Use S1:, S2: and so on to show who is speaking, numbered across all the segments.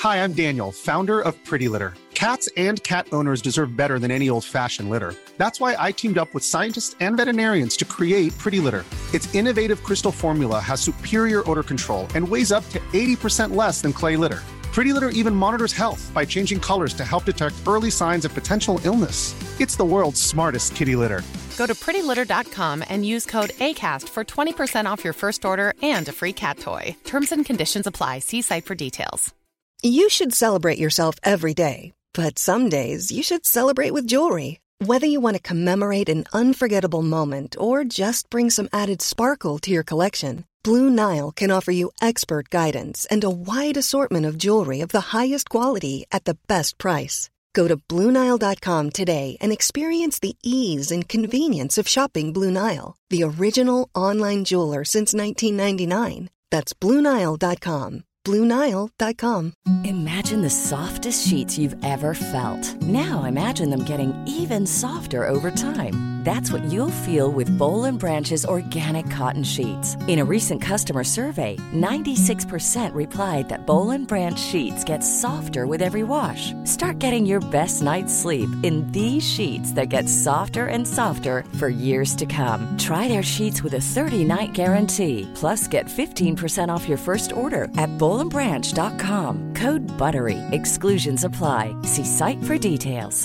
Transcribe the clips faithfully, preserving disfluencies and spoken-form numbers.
S1: Hi, I'm Daniel, founder of Pretty Litter. Cats and cat owners deserve better than any old-fashioned litter. That's why I teamed up with scientists and veterinarians to create Pretty Litter. Its innovative crystal formula has superior odor control and weighs up to eighty percent less than clay litter. Pretty Litter even monitors health by changing colors to help detect early signs of potential illness. It's the world's smartest kitty litter.
S2: Go to pretty litter dot com and use code ACAST for twenty percent off your first order and a free cat toy. Terms and conditions apply. See site for details.
S3: You should celebrate yourself every day, but some days you should celebrate with jewelry. Whether you want to commemorate an unforgettable moment or just bring some added sparkle to your collection, Blue Nile can offer you expert guidance and a wide assortment of jewelry of the highest quality at the best price. Go to blue nile dot com today and experience the ease and convenience of shopping Blue Nile, the original online jeweler since nineteen ninety-nine. That's blue nile dot com. blue nile dot com.
S4: Imagine the softest sheets you've ever felt. Now imagine them getting even softer over time. That's what you'll feel with Boll and Branch's organic cotton sheets. In a recent customer survey, ninety-six percent replied that Boll and Branch sheets get softer with every wash. Start getting your best night's sleep in these sheets that get softer and softer for years to come. Try their sheets with a thirty-night guarantee. Plus, get fifteen percent off your first order at boll and branch dot com. Code BUTTERY. Exclusions apply. See site for details.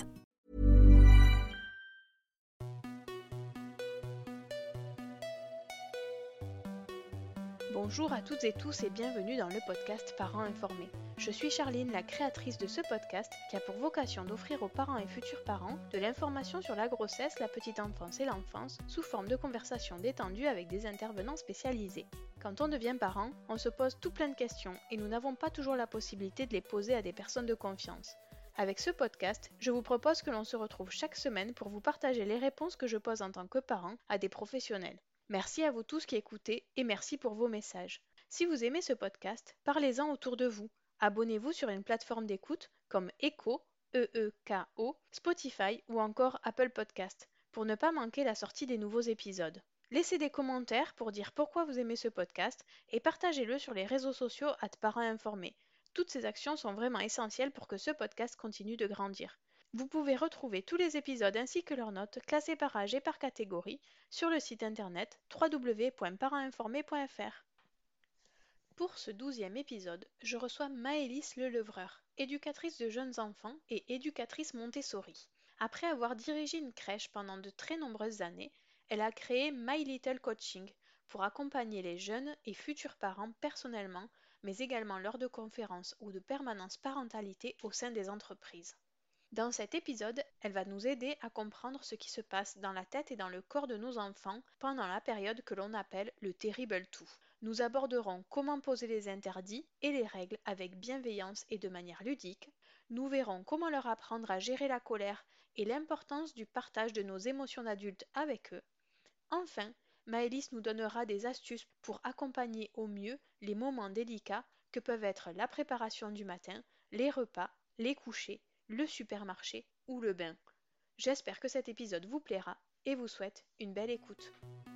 S5: Bonjour à toutes et tous et bienvenue dans le podcast Parents informés. Je suis Charline, la créatrice de ce podcast qui a pour vocation d'offrir aux parents et futurs parents de l'information sur la grossesse, la petite enfance et l'enfance sous forme de conversations détendues avec des intervenants spécialisés. Quand on devient parent, on se pose tout plein de questions et nous n'avons pas toujours la possibilité de les poser à des personnes de confiance. Avec ce podcast, je vous propose que l'on se retrouve chaque semaine pour vous partager les réponses que je pose en tant que parent à des professionnels. Merci à vous tous qui écoutez et merci pour vos messages. Si vous aimez ce podcast, parlez-en autour de vous. Abonnez-vous sur une plateforme d'écoute comme Echo, E E K O, Spotify ou encore Apple Podcast pour ne pas manquer la sortie des nouveaux épisodes. Laissez des commentaires pour dire pourquoi vous aimez ce podcast et partagez-le sur les réseaux sociaux arobase parents informés. Toutes ces actions sont vraiment essentielles pour que ce podcast continue de grandir. Vous pouvez retrouver tous les épisodes ainsi que leurs notes classées par âge et par catégorie sur le site internet w w w point parents informés point f r. Pour ce douzième épisode, je reçois Maëlys Lelevreur, éducatrice de jeunes enfants et éducatrice Montessori. Après avoir dirigé une crèche pendant de très nombreuses années, elle a créé My Little Coaching pour accompagner les jeunes et futurs parents personnellement, mais également lors de conférences ou de permanences parentalité au sein des entreprises. Dans cet épisode, elle va nous aider à comprendre ce qui se passe dans la tête et dans le corps de nos enfants pendant la période que l'on appelle le Terrible Two. Nous aborderons comment poser les interdits et les règles avec bienveillance et de manière ludique. Nous verrons comment leur apprendre à gérer la colère et l'importance du partage de nos émotions d'adultes avec eux. Enfin, Maëlys nous donnera des astuces pour accompagner au mieux les moments délicats que peuvent être la préparation du matin, les repas, les couchers, le supermarché ou le bain. J'espère que cet épisode vous plaira et vous souhaite une belle écoute.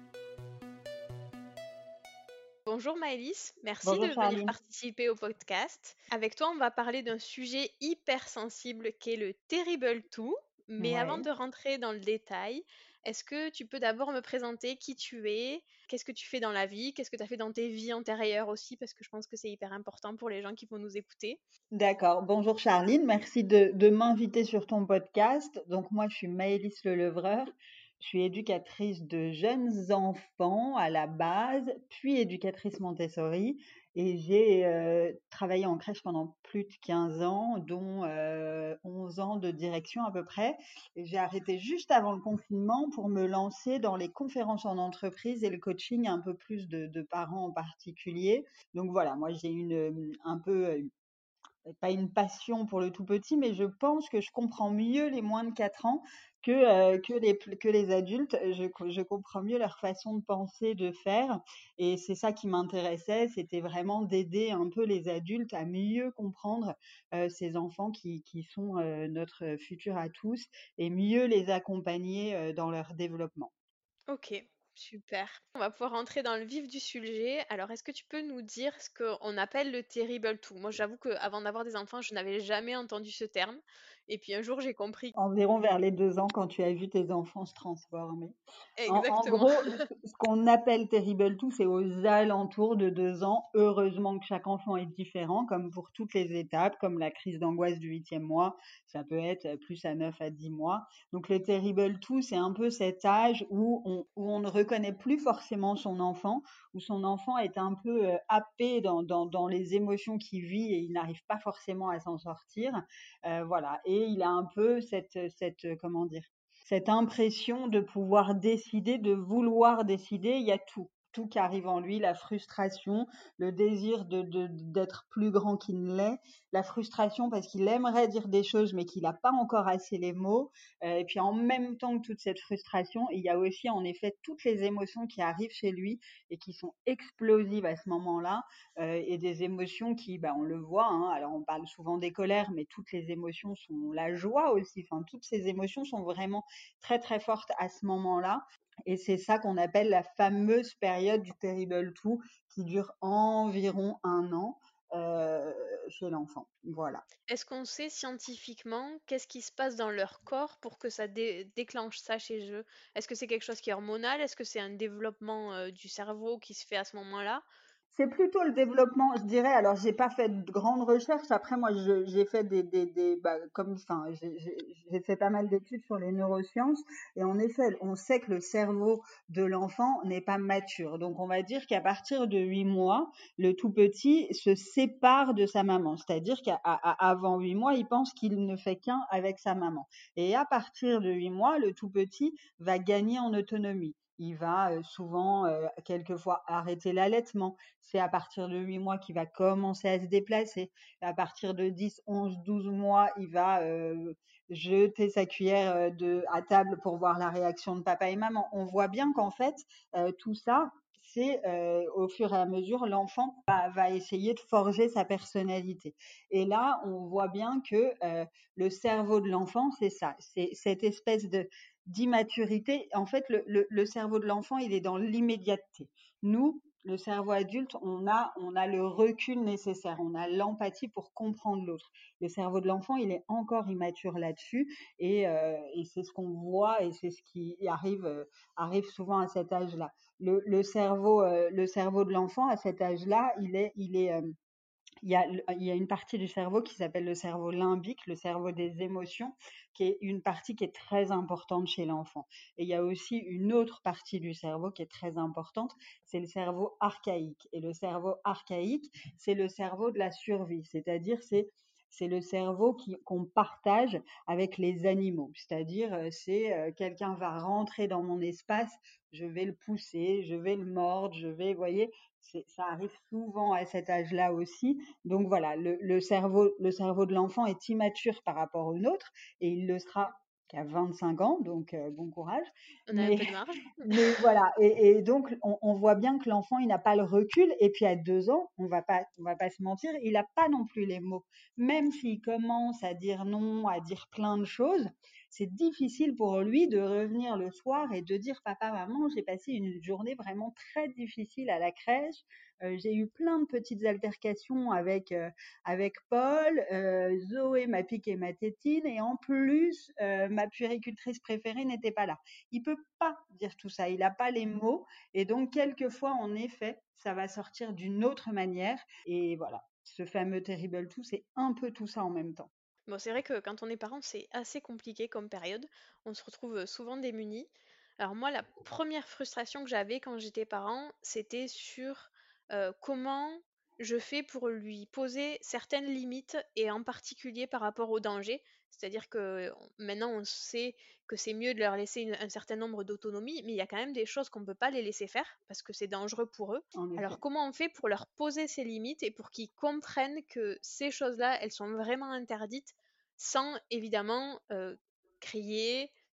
S5: Bonjour Maëlys, merci
S6: Bonjour
S5: de
S6: Charline.
S5: venir participer au podcast. Avec toi, on va parler d'un sujet hyper sensible qui est le Terrible Two. Mais avant
S6: Ouais.
S5: de rentrer dans le détail, est-ce que tu peux d'abord me présenter qui tu es, qu'est-ce que tu fais dans la vie, qu'est-ce que tu as fait dans tes vies antérieures aussi, parce que je pense que c'est hyper important pour les gens qui vont nous écouter.
S6: D'accord. Bonjour Charline, merci de, de m'inviter sur ton podcast. Donc moi, je suis Maëlys Lelevreur. Je suis éducatrice de jeunes enfants à la base, puis éducatrice Montessori. Et j'ai euh, travaillé en crèche pendant plus de quinze ans, dont euh, onze ans de direction à peu près. Et j'ai arrêté juste avant le confinement pour me lancer dans les conférences en entreprise et le coaching un peu plus de, de parents en particulier. Donc voilà, moi j'ai une un peu pas une passion pour le tout petit, mais je pense que je comprends mieux les moins de quatre ans que, euh, que, les, que les adultes. Je, je comprends mieux leur façon de penser, de faire. Et c'est ça qui m'intéressait, c'était vraiment d'aider un peu les adultes à mieux comprendre euh, ces enfants qui, qui sont euh, notre futur à tous et mieux les accompagner euh, dans leur développement.
S5: Ok, Super. On va pouvoir rentrer dans le vif du sujet. Alors, est-ce que tu peux nous dire ce qu'on appelle le terrible two? Moi, j'avoue qu'avant d'avoir des enfants, je n'avais jamais entendu ce terme. Et puis un jour, j'ai compris.
S6: Environ vers les deux ans, quand tu as vu tes enfants se transformer. En, en
S5: Exactement.
S6: gros, ce ce qu'on appelle Terrible two, c'est aux alentours de deux ans. Heureusement que chaque enfant est différent, comme pour toutes les étapes, comme la crise d'angoisse du huitième mois, ça peut être plus à neuf à dix mois. Donc le Terrible two, c'est un peu cet âge où on, où on ne reconnaît plus forcément son enfant, où son enfant est un peu euh, happé dans, dans, dans les émotions qu'il vit et il n'arrive pas forcément à s'en sortir. Euh, voilà. Et il a un peu cette, cette, euh, comment dire, cette impression de pouvoir décider, de vouloir décider. Il y a tout, tout qui arrive en lui, la frustration, le désir de, de, d'être plus grand qu'il ne l'est, la frustration parce qu'il aimerait dire des choses mais qu'il n'a pas encore assez les mots. Euh, et puis en même temps que toute cette frustration, il y a aussi en effet toutes les émotions qui arrivent chez lui et qui sont explosives à ce moment-là, euh, et des émotions qui, bah, on le voit, hein, alors on parle souvent des colères, mais toutes les émotions sont la joie aussi, enfin toutes ces émotions sont vraiment très très fortes à ce moment-là. Et c'est ça qu'on appelle la fameuse période du Terrible two qui dure environ un an euh, chez l'enfant. Voilà.
S5: Est-ce qu'on sait scientifiquement qu'est-ce qui se passe dans leur corps pour que ça dé- déclenche ça chez eux? Est-ce que c'est quelque chose qui est hormonal? Est-ce que c'est un développement euh, du cerveau qui se fait à ce moment-là?
S6: C'est plutôt le développement, je dirais. Alors, j'ai pas fait de grandes recherches. Après, moi, je- j'ai fait des, des, des bah, comme, enfin, j'ai j'ai- j'ai fait pas mal d'études sur les neurosciences. Et en effet, on sait que le cerveau de l'enfant n'est pas mature. Donc, on va dire qu'à partir de huit mois, le tout petit se sépare de sa maman. C'est-à-dire qu'avant huit mois, il pense qu'il ne fait qu'un avec sa maman. Et à partir de huit mois, le tout petit va gagner en autonomie. Il va euh, souvent, euh, quelquefois, arrêter l'allaitement. C'est à partir de huit mois qu'il va commencer à se déplacer. À partir de dix, onze, douze mois, il va euh, jeter sa cuillère euh, de, à table pour voir la réaction de papa et maman. On voit bien qu'en fait, euh, tout ça, c'est euh, au fur et à mesure, l'enfant va, va essayer de forger sa personnalité. Et là, on voit bien que euh, le cerveau de l'enfant, c'est ça, c'est cette espèce de d'immaturité. En fait, le, le, le cerveau de l'enfant, il est dans l'immédiateté. Nous, le cerveau adulte, on a, on a le recul nécessaire, on a l'empathie pour comprendre l'autre. Le cerveau de l'enfant, il est encore immature là-dessus et, euh, et c'est ce qu'on voit et c'est ce qui arrive, euh, arrive souvent à cet âge-là. Le, le cerveau, euh, le cerveau de l'enfant à cet âge-là, il est, il est, euh, il y a, il y a une partie du cerveau qui s'appelle le cerveau limbique, le cerveau des émotions, qui est une partie qui est très importante chez l'enfant. Et il y a aussi une autre partie du cerveau qui est très importante, c'est le cerveau archaïque. Et le cerveau archaïque, c'est le cerveau de la survie, c'est-à-dire c'est c'est le cerveau qui, qu'on partage avec les animaux. C'est-à-dire, euh, c'est euh, quelqu'un va rentrer dans mon espace, je vais le pousser, je vais le mordre, je vais, vous voyez, c'est, ça arrive souvent à cet âge-là aussi. Donc voilà, le, le cerveau, le cerveau de l'enfant est immature par rapport au nôtre et il le sera qu'à vingt-cinq ans, donc euh, bon courage.
S5: On a un
S6: Mais,
S5: peu de marge.
S6: mais voilà, et, et donc on, on voit bien que l'enfant, il n'a pas le recul. Et puis à deux ans, on va pas, on va pas se mentir, il n'a pas non plus les mots. Même s'il commence à dire non, à dire plein de choses, c'est difficile pour lui de revenir le soir et de dire papa, maman, j'ai passé une journée vraiment très difficile à la crèche. Euh, j'ai eu plein de petites altercations avec euh, avec Paul, euh, Zoé m'a piqué ma tétine et en plus euh, ma puéricultrice préférée n'était pas là. Il peut pas dire tout ça, il n'a pas les mots et donc quelquefois en effet ça va sortir d'une autre manière et voilà. Ce fameux Terrible two, c'est un peu tout ça en même temps.
S5: Bon, c'est vrai que quand on est parent, c'est assez compliqué comme période. On se retrouve euh, souvent démunis. Alors moi, la première frustration que j'avais quand j'étais parent, c'était sur euh, comment je fais pour lui poser certaines limites et en particulier par rapport au danger. C'est-à-dire que on- maintenant on sait que c'est mieux de leur laisser une- un certain nombre d'autonomie, mais il y a quand même des choses qu'on ne peut pas les laisser faire parce que c'est dangereux pour eux.
S6: En
S5: Alors
S6: effet.
S5: comment on fait pour leur poser ces limites et pour qu'ils comprennent que ces choses-là, elles sont vraiment interdites sans évidemment euh, crier,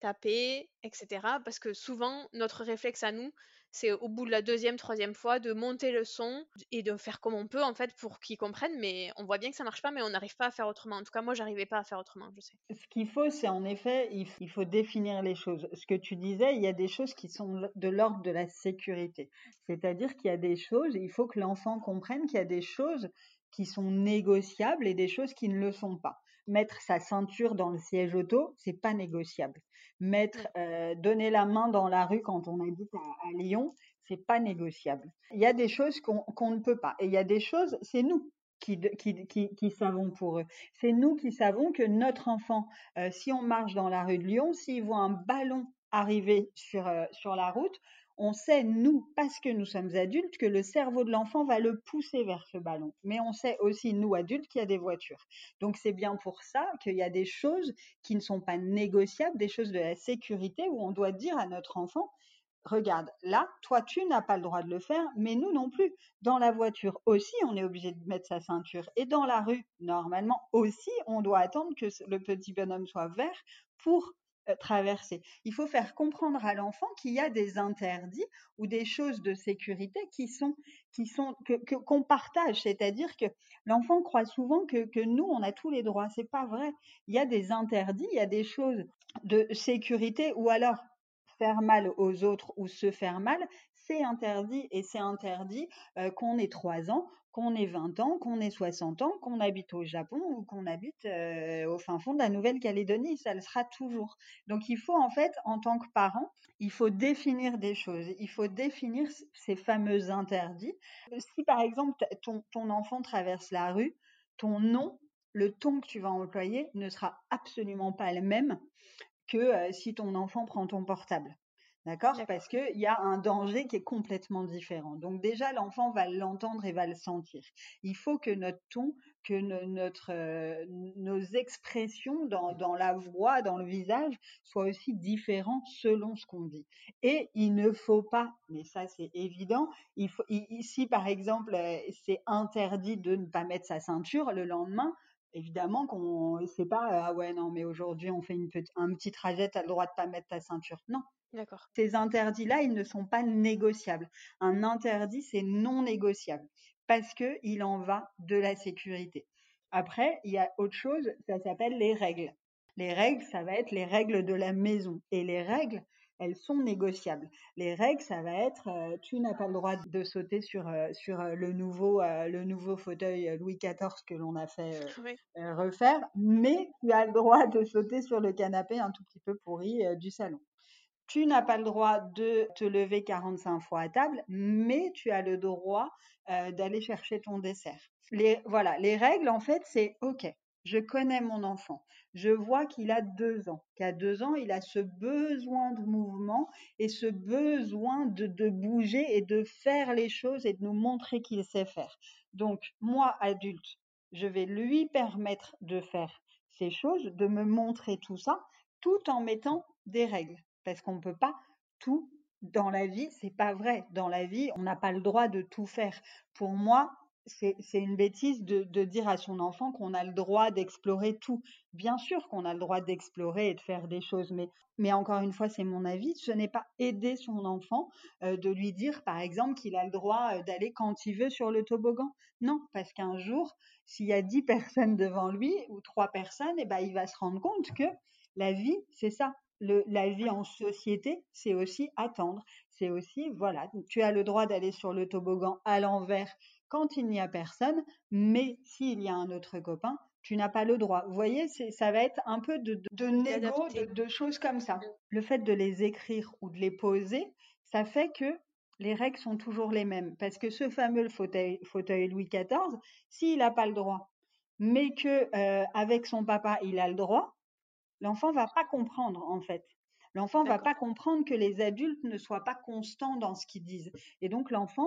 S5: taper, et cetera. Parce que souvent, notre réflexe à nous, c'est au bout de la deuxième, troisième fois de monter le son et de faire comme on peut en fait pour qu'ils comprennent. Mais on voit bien que ça marche pas, mais on n'arrive pas à faire autrement. En tout cas, moi, j'arrivais pas à faire autrement, je sais.
S6: Ce qu'il faut, c'est en effet, il f- il faut définir les choses. Ce que tu disais, il y a des choses qui sont l- de l'ordre de la sécurité. C'est-à-dire qu'il y a des choses, il faut que l'enfant comprenne qu'il y a des choses qui sont négociables et des choses qui ne le sont pas. Mettre sa ceinture dans le siège auto, c'est pas négociable. Mettre, euh, donner la main dans la rue quand on habite à, à Lyon, c'est pas négociable. Il y a des choses qu'on qu'on ne peut pas. Et il y a des choses, c'est nous qui, de- qui, qui, qui savons pour eux. C'est nous qui savons que notre enfant, euh, si on marche dans la rue de Lyon, s'il voit un ballon arriver sur, euh, sur la route, on sait, nous, parce que nous sommes adultes, que le cerveau de l'enfant va le pousser vers ce ballon. Mais on sait aussi, nous, adultes, qu'il y a des voitures. Donc c'est bien pour ça qu'il y a des choses qui ne sont pas négociables, des choses de la sécurité où on doit dire à notre enfant, regarde, là, toi, tu n'as pas le droit de le faire, mais nous non plus. Dans la voiture aussi, on est obligé de mettre sa ceinture. Et dans la rue, normalement aussi, on doit attendre que ce- le petit bonhomme soit vert pour euh, traverser. Il faut faire comprendre à l'enfant qu'il y a des interdits ou des choses de sécurité qui sont, qui sont, que, que- qu'on partage. C'est-à-dire que l'enfant croit souvent que, que nous, on a tous les droits. C'est pas vrai. Il y a des interdits, il y a des choses de sécurité ou alors faire mal aux autres ou se faire mal, c'est interdit et c'est interdit euh, qu'on ait trois ans, qu'on ait vingt ans, qu'on ait soixante ans, qu'on habite au Japon ou qu'on habite euh, au fin fond de la Nouvelle-Calédonie, ça le sera toujours. Donc il faut en fait, en tant que parent, il faut définir des choses, il faut définir ces fameux interdits. Si par exemple ton, ton enfant traverse la rue, ton nom, le ton que tu vas employer ne sera absolument pas le même que euh, si ton enfant prend ton portable. D'accord?
S5: D'accord.
S6: Parce qu'il y a un danger qui est complètement différent. Donc déjà, l'enfant va l'entendre et va le sentir. Il faut que notre ton, que no- notre, euh, nos expressions dans, dans la voix, dans le visage, soient aussi différents selon ce qu'on dit. Et il ne faut pas, mais ça c'est évident, il faut, i- ici par exemple, euh, c'est interdit de ne pas mettre sa ceinture le lendemain. Évidemment qu'on sait pas, euh, ah ouais, non, mais aujourd'hui, on fait une petite, un petit trajet, tu as le droit de pas mettre ta ceinture. Non.
S5: D'accord.
S6: Ces interdits-là, ils ne sont pas négociables. Un interdit, c'est non négociable parce que il en va de la sécurité. Après, il y a autre chose, ça s'appelle les règles. Les règles, ça va être les règles de la maison. Et les règles, elles sont négociables. Les règles, ça va être, euh, tu n'as pas le droit de sauter sur, euh, sur euh, le, nouveau, euh, le nouveau fauteuil Louis quatorze que l'on a fait euh,
S5: Oui.
S6: euh, refaire, mais tu as le droit de sauter sur le canapé un tout petit peu pourri euh, du salon. Tu n'as pas le droit de te lever quarante-cinq fois à table, mais tu as le droit euh, d'aller chercher ton dessert. Les, voilà, les règles, en fait, c'est OK. Je connais mon enfant. Je vois qu'il a deux ans. Qu'à deux ans, il a ce besoin de mouvement et ce besoin de, de bouger et de faire les choses et de nous montrer qu'il sait faire. Donc, moi, adulte, je vais lui permettre de faire ces choses, de me montrer tout ça, tout en mettant des règles. Parce qu'on ne peut pas tout dans la vie, c'est pas vrai. Dans la vie, on n'a pas le droit de tout faire. Pour moi, c'est c'est une bêtise de, de dire à son enfant qu'on a le droit d'explorer tout. Bien sûr qu'on a le droit d'explorer et de faire des choses, mais, mais encore une fois, c'est mon avis. Ce n'est pas aider son enfant euh, de lui dire, par exemple, qu'il a le droit euh, d'aller quand il veut sur le toboggan. Non, parce qu'un jour, s'il y a dix personnes devant lui ou trois personnes, eh ben, il va se rendre compte que la vie, c'est ça. Le, la vie en société, c'est aussi attendre. C'est aussi, voilà, tu as le droit d'aller sur le toboggan à l'envers quand il n'y a personne, mais s'il y a un autre copain, tu n'as pas le droit. Vous voyez, c'est, ça va être un peu de, de, de négo, de, de choses comme ça. Le fait de les écrire ou de les poser, ça fait que les règles sont toujours les mêmes. Parce que ce fameux fauteuil, fauteuil Louis quatorze, s'il n'a pas le droit, mais que euh, avec son papa, il a le droit, l'enfant va pas comprendre en fait. L'enfant va
S5: D'accord.
S6: pas comprendre que les adultes ne soient pas constants dans ce qu'ils disent. Et donc l'enfant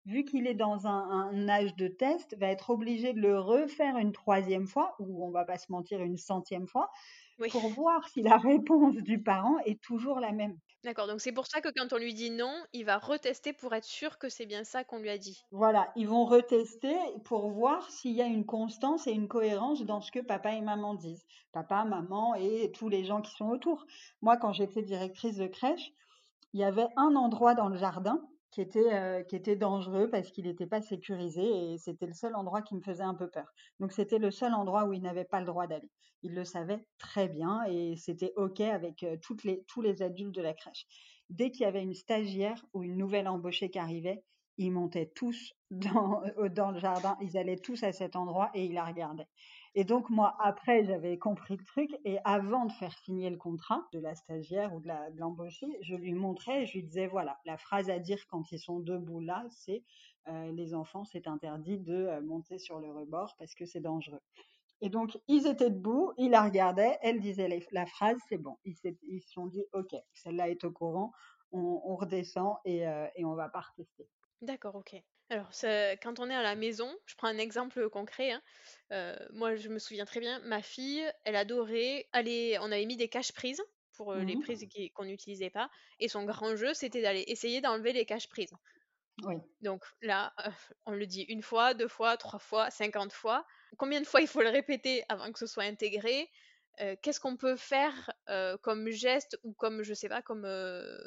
S6: vu qu'il est dans un, un âge de test, va être obligé de le refaire une troisième fois, ou on va pas se mentir, une centième fois,
S5: Oui.
S6: pour voir si la réponse du parent est toujours la même.
S5: D'accord, donc c'est pour ça que quand on lui dit non, il va retester pour être sûr que c'est bien ça qu'on lui a dit.
S6: Voilà, ils vont retester pour voir s'il y a une constance et une cohérence dans ce que papa et maman disent. Papa, maman et tous les gens qui sont autour. Moi, quand j'étais directrice de crèche, il y avait un endroit dans le jardin qui était, euh, qui était dangereux parce qu'il n'était pas sécurisé et c'était le seul endroit qui me faisait un peu peur. Donc c'était le seul endroit où il n'avait pas le droit d'aller. Il le savait très bien et c'était OK avec euh, toutes les, tous les adultes de la crèche. Dès qu'il y avait une stagiaire ou une nouvelle embauchée qui arrivait, ils montaient tous dans, dans le jardin, ils allaient tous à cet endroit et ils la regardaient. Et donc moi, après, j'avais compris le truc et avant de faire signer le contrat de la stagiaire ou de la- de l'embauchée, je lui montrais, je lui disais, voilà, la phrase à dire quand ils sont debout là, c'est euh, les enfants, c'est interdit de euh, monter sur le rebord parce que c'est dangereux. Et donc, ils étaient debout, ils la regardaient, elle disait les- la phrase, c'est bon. Ils s'est- ils se sont dit, OK, celle-là est au courant, on, on redescend et, euh, et on va pas retester.
S5: D'accord, ok. Alors, ça- quand on est à la maison, je prends un exemple concret, hein. Euh, moi, je me souviens très bien, ma fille, elle adorait aller. On avait mis des caches-prises pour euh, les
S6: Mhm.
S5: prises qui- qu'on n'utilisait pas, et son grand jeu, c'était d'aller essayer d'enlever les caches-prises.
S6: Oui.
S5: Donc là, euh, on le dit une fois, deux fois, trois fois, cinquante fois. Combien de fois il faut le répéter avant que ce soit intégré? Euh, qu'est-ce qu'on peut faire euh, comme geste ou comme, je sais pas, comme, euh,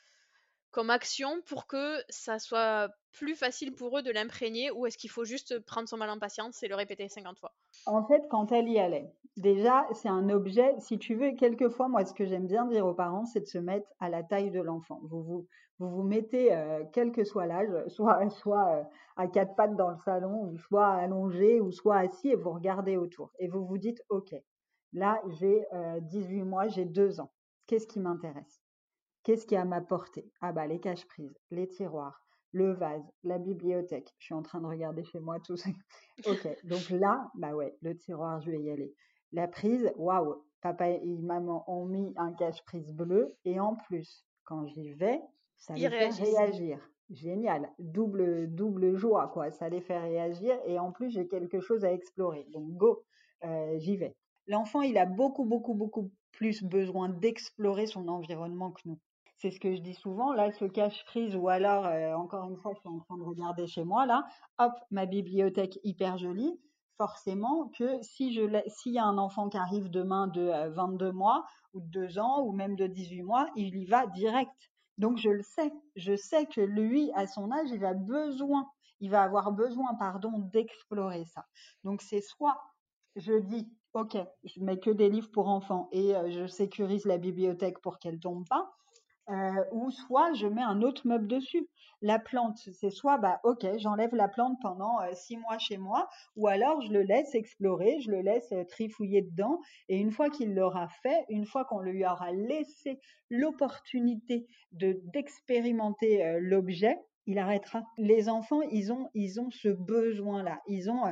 S5: comme action pour que ça soit plus facile pour eux de l'imprégner, ou est-ce qu'il faut juste prendre son mal en patience et le répéter cinquante fois?
S6: En fait, quand elle y allait, déjà, c'est un objet, si tu veux, quelquefois, moi, ce que j'aime bien dire aux parents, c'est de se mettre à la taille de l'enfant. Vous vous, vous, vous mettez, euh, quel que soit l'âge, soit, soit euh, à quatre pattes dans le salon, ou soit allongé, ou soit assis, et vous regardez autour. Et vous vous dites, OK, là, j'ai euh, dix-huit mois, j'ai deux ans. Qu'est-ce qui m'intéresse? Qu'est-ce qui est à ma portée? Ah bah les caches-prises, les tiroirs, le vase, la bibliothèque. Je suis en train de regarder chez moi tout ça. Ok, donc là, bah ouais, le tiroir, je vais y aller. La prise, waouh, papa et maman ont mis un cache-prise bleu et en plus, quand j'y vais, ça
S5: Ils
S6: les fait
S5: réagissent.
S6: réagir. Génial, double double joie quoi, ça les fait réagir et en plus j'ai quelque chose à explorer. Donc go, euh, j'y vais. L'enfant, il a beaucoup beaucoup beaucoup plus besoin d'explorer son environnement que nous. C'est ce que je dis souvent, là, ce cache-prise, ou alors, euh, encore une fois, je suis en train de regarder chez moi, là, hop, ma bibliothèque hyper jolie, forcément que si je l'ai- s'il y a un enfant qui arrive demain de euh, vingt-deux mois, ou de deux ans, ou même de dix-huit mois, il y va direct. Donc je le sais, je sais que lui, à son âge, il a besoin, il va avoir besoin, pardon, d'explorer ça. Donc c'est soit je dis, ok, je mets que des livres pour enfants et euh, je sécurise la bibliothèque pour qu'elle tombe pas, euh, ou soit je mets un autre meuble dessus. La plante, c'est soit bah ok, j'enlève la plante pendant euh, six mois chez moi, ou alors je le laisse explorer, je le laisse euh, trifouiller dedans, et une fois qu'il l'aura fait, une fois qu'on lui aura laissé l'opportunité de d'expérimenter euh, l'objet, il arrêtera. Les enfants, ils ont ils ont ce besoin-là, ils ont euh,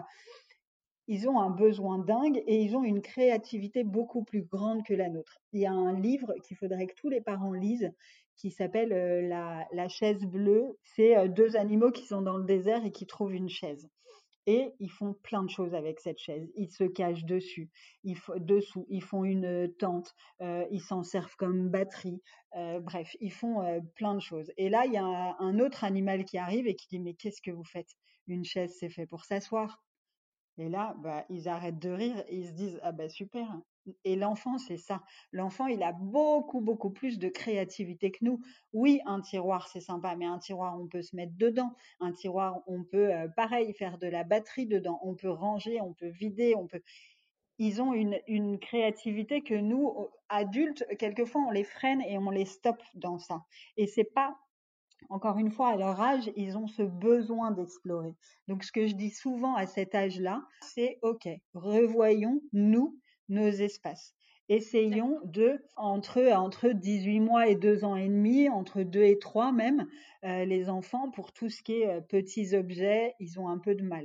S6: ils ont un besoin dingue et ils ont une créativité beaucoup plus grande que la nôtre. Il y a un livre qu'il faudrait que tous les parents lisent qui s'appelle euh, la, la chaise bleue. C'est euh, deux animaux qui sont dans le désert et qui trouvent une chaise. Et ils font plein de choses avec cette chaise. Ils se cachent dessus, ils f- dessous, ils font une euh, tente, euh, ils s'en servent comme batterie. Euh, bref, ils font euh, plein de choses. Et là, il y a un, un autre animal qui arrive et qui dit, mais qu'est-ce que vous faites? Une chaise, c'est fait pour s'asseoir. Et là, bah, ils arrêtent de rire et ils se disent, ah bah super. Et l'enfant, c'est ça. L'enfant, il a beaucoup, beaucoup plus de créativité que nous. Oui, un tiroir, c'est sympa, mais un tiroir, on peut se mettre dedans. Un tiroir, on peut, euh, pareil, faire de la batterie dedans. On peut ranger, on peut vider, on peut. Ils ont une, une créativité que nous, adultes, quelquefois, on les freine et on les stoppe dans ça. Et c'est pas encore une fois, à leur âge, ils ont ce besoin d'explorer. Donc, ce que je dis souvent à cet âge-là, c'est OK, revoyons, nous, nos espaces. Essayons de, entre, entre dix-huit mois et deux ans et demi, entre deux et trois même, euh, les enfants, pour tout ce qui est euh, petits objets, ils ont un peu de mal.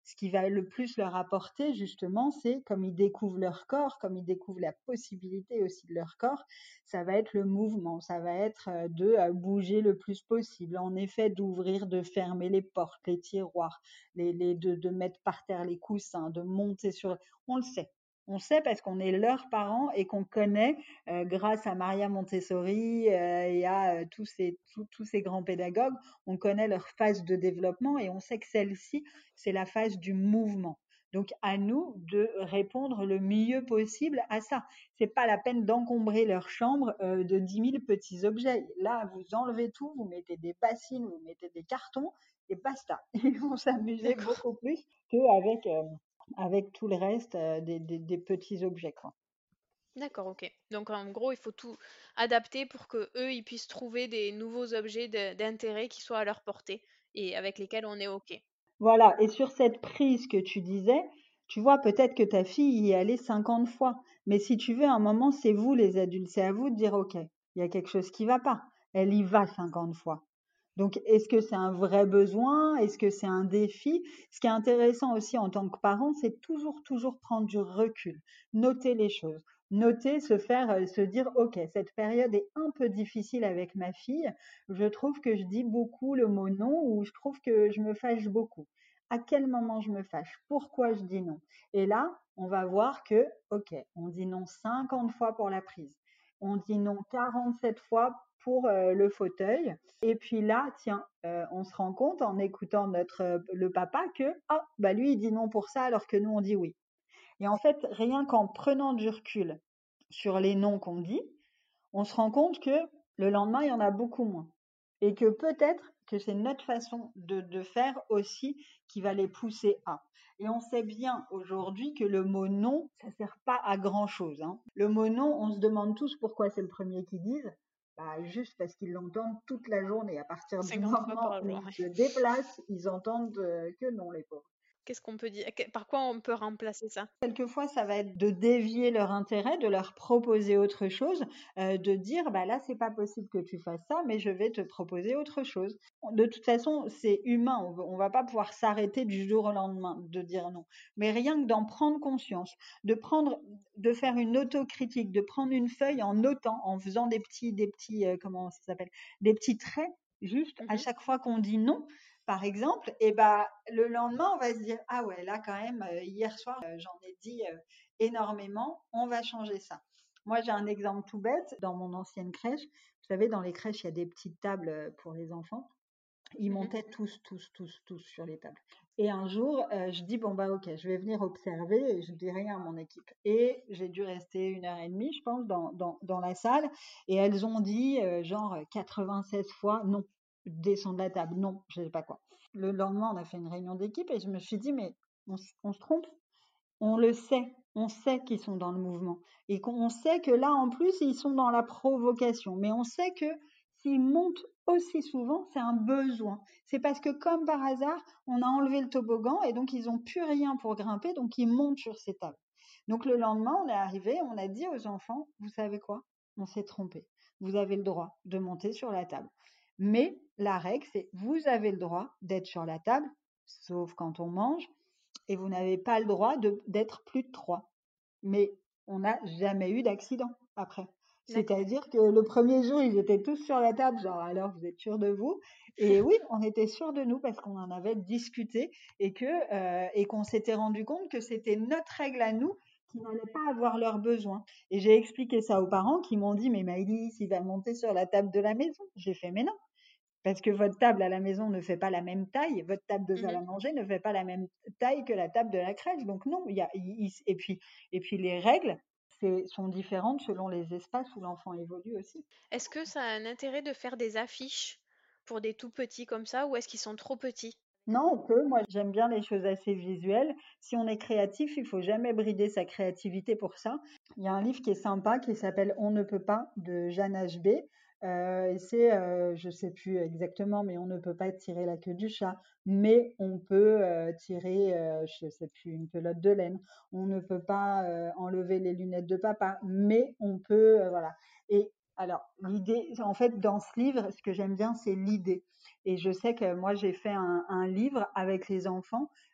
S6: ce qui va le plus leur apporter justement, c'est comme ils découvrent leur corps, comme ils découvrent la possibilité aussi de leur corps, ça va être le mouvement, ça va être euh, de euh, bouger le plus possible, en effet d'ouvrir, de fermer les portes, les tiroirs, les, les, de, de mettre par terre les coussins, de monter sur... On le sait. On sait parce qu'on est leurs parents et qu'on connaît, euh, grâce à Maria Montessori euh, et à euh, tous, ces, tous, tous ces grands pédagogues, on connaît leur phase de développement et on sait que celle-ci, c'est la phase du mouvement. Donc à nous de répondre le mieux possible à ça. C'est pas la peine d'encombrer leur chambre euh, de dix mille petits objets. Là, vous enlevez tout, vous mettez des bassines, vous mettez des cartons et basta. Ils vont s'amuser
S5: D'accord.
S6: beaucoup plus qu'avec euh, avec tout le reste euh, des, des, des petits objets, quoi.
S5: D'accord, ok. Donc en gros, il faut tout adapter pour que eux, ils puissent trouver des nouveaux objets de- d'intérêt qui soient à leur portée et avec lesquels on est ok.
S6: Voilà, et sur cette prise que tu disais, tu vois, peut-être que ta fille y est allée cinquante fois, mais si tu veux, à un moment, c'est vous les adultes, c'est à vous de dire, OK, il y a quelque chose qui va pas. Elle y va cinquante fois. Donc, est-ce que c'est un vrai besoin? Est-ce que c'est un défi? Ce qui est intéressant aussi en tant que parent, c'est toujours, toujours prendre du recul, noter les choses, noter, se faire, euh, se dire, OK, cette période est un peu difficile avec ma fille. Je trouve que je dis beaucoup le mot non ou je trouve que je me fâche beaucoup. À quel moment je me fâche? Pourquoi je dis non? Et là, on va voir que, OK, on dit non cinquante fois pour la prise. On dit non quarante-sept fois pour euh, le fauteuil. Et puis là, tiens, euh, on se rend compte en écoutant notre euh, le papa que ah bah lui il dit non pour ça alors que nous on dit oui. Et en fait, rien qu'en prenant du recul sur les noms qu'on dit, on se rend compte que le lendemain, il y en a beaucoup moins. Et que peut-être que c'est notre façon de, de faire aussi qui va les pousser à. Et on sait bien aujourd'hui que le mot non, ça sert pas à grand chose, hein. Le mot non, on se demande tous pourquoi c'est le premier qu'ils disent. Bah, juste parce qu'ils l'entendent toute la journée. À partir du
S5: cinquante fois
S6: moment
S5: par
S6: où
S5: jour,
S6: ils
S5: ouais.
S6: se déplacent, ils entendent euh, que non, les pauvres.
S5: Qu'est-ce qu'on peut dire? que- Par quoi on peut remplacer ça?
S6: Quelquefois, ça va être de dévier leur intérêt, de leur proposer autre chose, euh, de dire bah là c'est pas possible que tu fasses ça, mais je vais te proposer autre chose. De toute façon, c'est humain, on, va- on va pas pouvoir s'arrêter du jour au lendemain de dire non. Mais rien que d'en prendre conscience, de prendre, de faire une autocritique, de prendre une feuille en notant, en faisant des petits, des petits, euh, comment ça s'appelle, des petits traits, juste à
S5: Mhm.
S6: chaque fois qu'on dit non par exemple, et bah le lendemain, on va se dire ah ouais, là quand même, euh, hier soir, euh, j'en ai dit euh, énormément, on va changer ça. Moi, j'ai un exemple tout bête dans mon ancienne crèche. Vous savez, dans les crèches, il y a des petites tables euh, pour les enfants. Ils
S5: Mhm.
S6: montaient tous, tous, tous, tous sur les tables. Et un jour, euh, je dis bon bah ok, je vais venir observer et je dis rien à mon équipe. Et j'ai dû rester une heure et demie, je pense, dans, dans, dans la salle. Et elles ont dit euh, genre quatre-vingt-seize fois non, descends de la table, non, je sais pas quoi. Le lendemain, on a fait une réunion d'équipe et je me suis dit mais on, s- on se trompe, on le sait, on sait qu'ils sont dans le mouvement et qu'on sait que là en plus ils sont dans la provocation, mais on sait que s'ils montent aussi souvent, c'est un besoin. C'est parce que comme par hasard, on a enlevé le toboggan et donc ils n'ont plus rien pour grimper, donc ils montent sur ces tables. Donc le lendemain, on est arrivé, on a dit aux enfants, vous savez quoi? On s'est trompé. Vous avez le droit de monter sur la table. Mais la règle, c'est vous avez le droit d'être sur la table, sauf quand on mange, et vous n'avez pas le droit de- d'être plus de trois. Mais on n'a jamais eu d'accident après.
S5: D'accord.
S6: C'est-à-dire que le premier jour, ils étaient tous sur la table, genre alors vous êtes sûr de vous? Et oui, on était sûr de nous parce qu'on en avait discuté et que euh, et qu'on s'était rendu compte que c'était notre règle à nous qui n'allait pas avoir leurs besoins. Et j'ai expliqué ça aux parents qui m'ont dit mais Maëlys, il va monter sur la table de la maison. J'ai fait mais non, parce que votre table à la maison ne fait pas la même taille, votre table de salle
S5: Mhm.
S6: à manger ne fait pas la même taille que la table de la crèche. Donc non, il y a, il- il- et puis, et puis les règles c'est- sont différentes selon les espaces où l'enfant évolue aussi.
S5: Est-ce que ça a un intérêt de faire des affiches pour des tout petits comme ça ou est-ce qu'ils sont trop petits?
S6: Non, on peut. Moi, j'aime bien les choses assez visuelles. Si on est créatif, il faut jamais brider sa créativité pour ça. Il y a un livre qui est sympa qui s'appelle On ne peut pas de Jeanne H B. Euh, et c'est, euh, je sais plus exactement, mais on ne peut pas tirer la queue du chat, mais on peut euh, tirer, euh, je sais plus, une pelote de laine. On ne peut pas euh, enlever les lunettes de papa, mais on peut, euh, voilà. Et alors, l'idée, en fait, dans ce livre, ce que j'aime bien, c'est l'idée. Et je sais que moi, j'ai fait un, un livre avec les enfants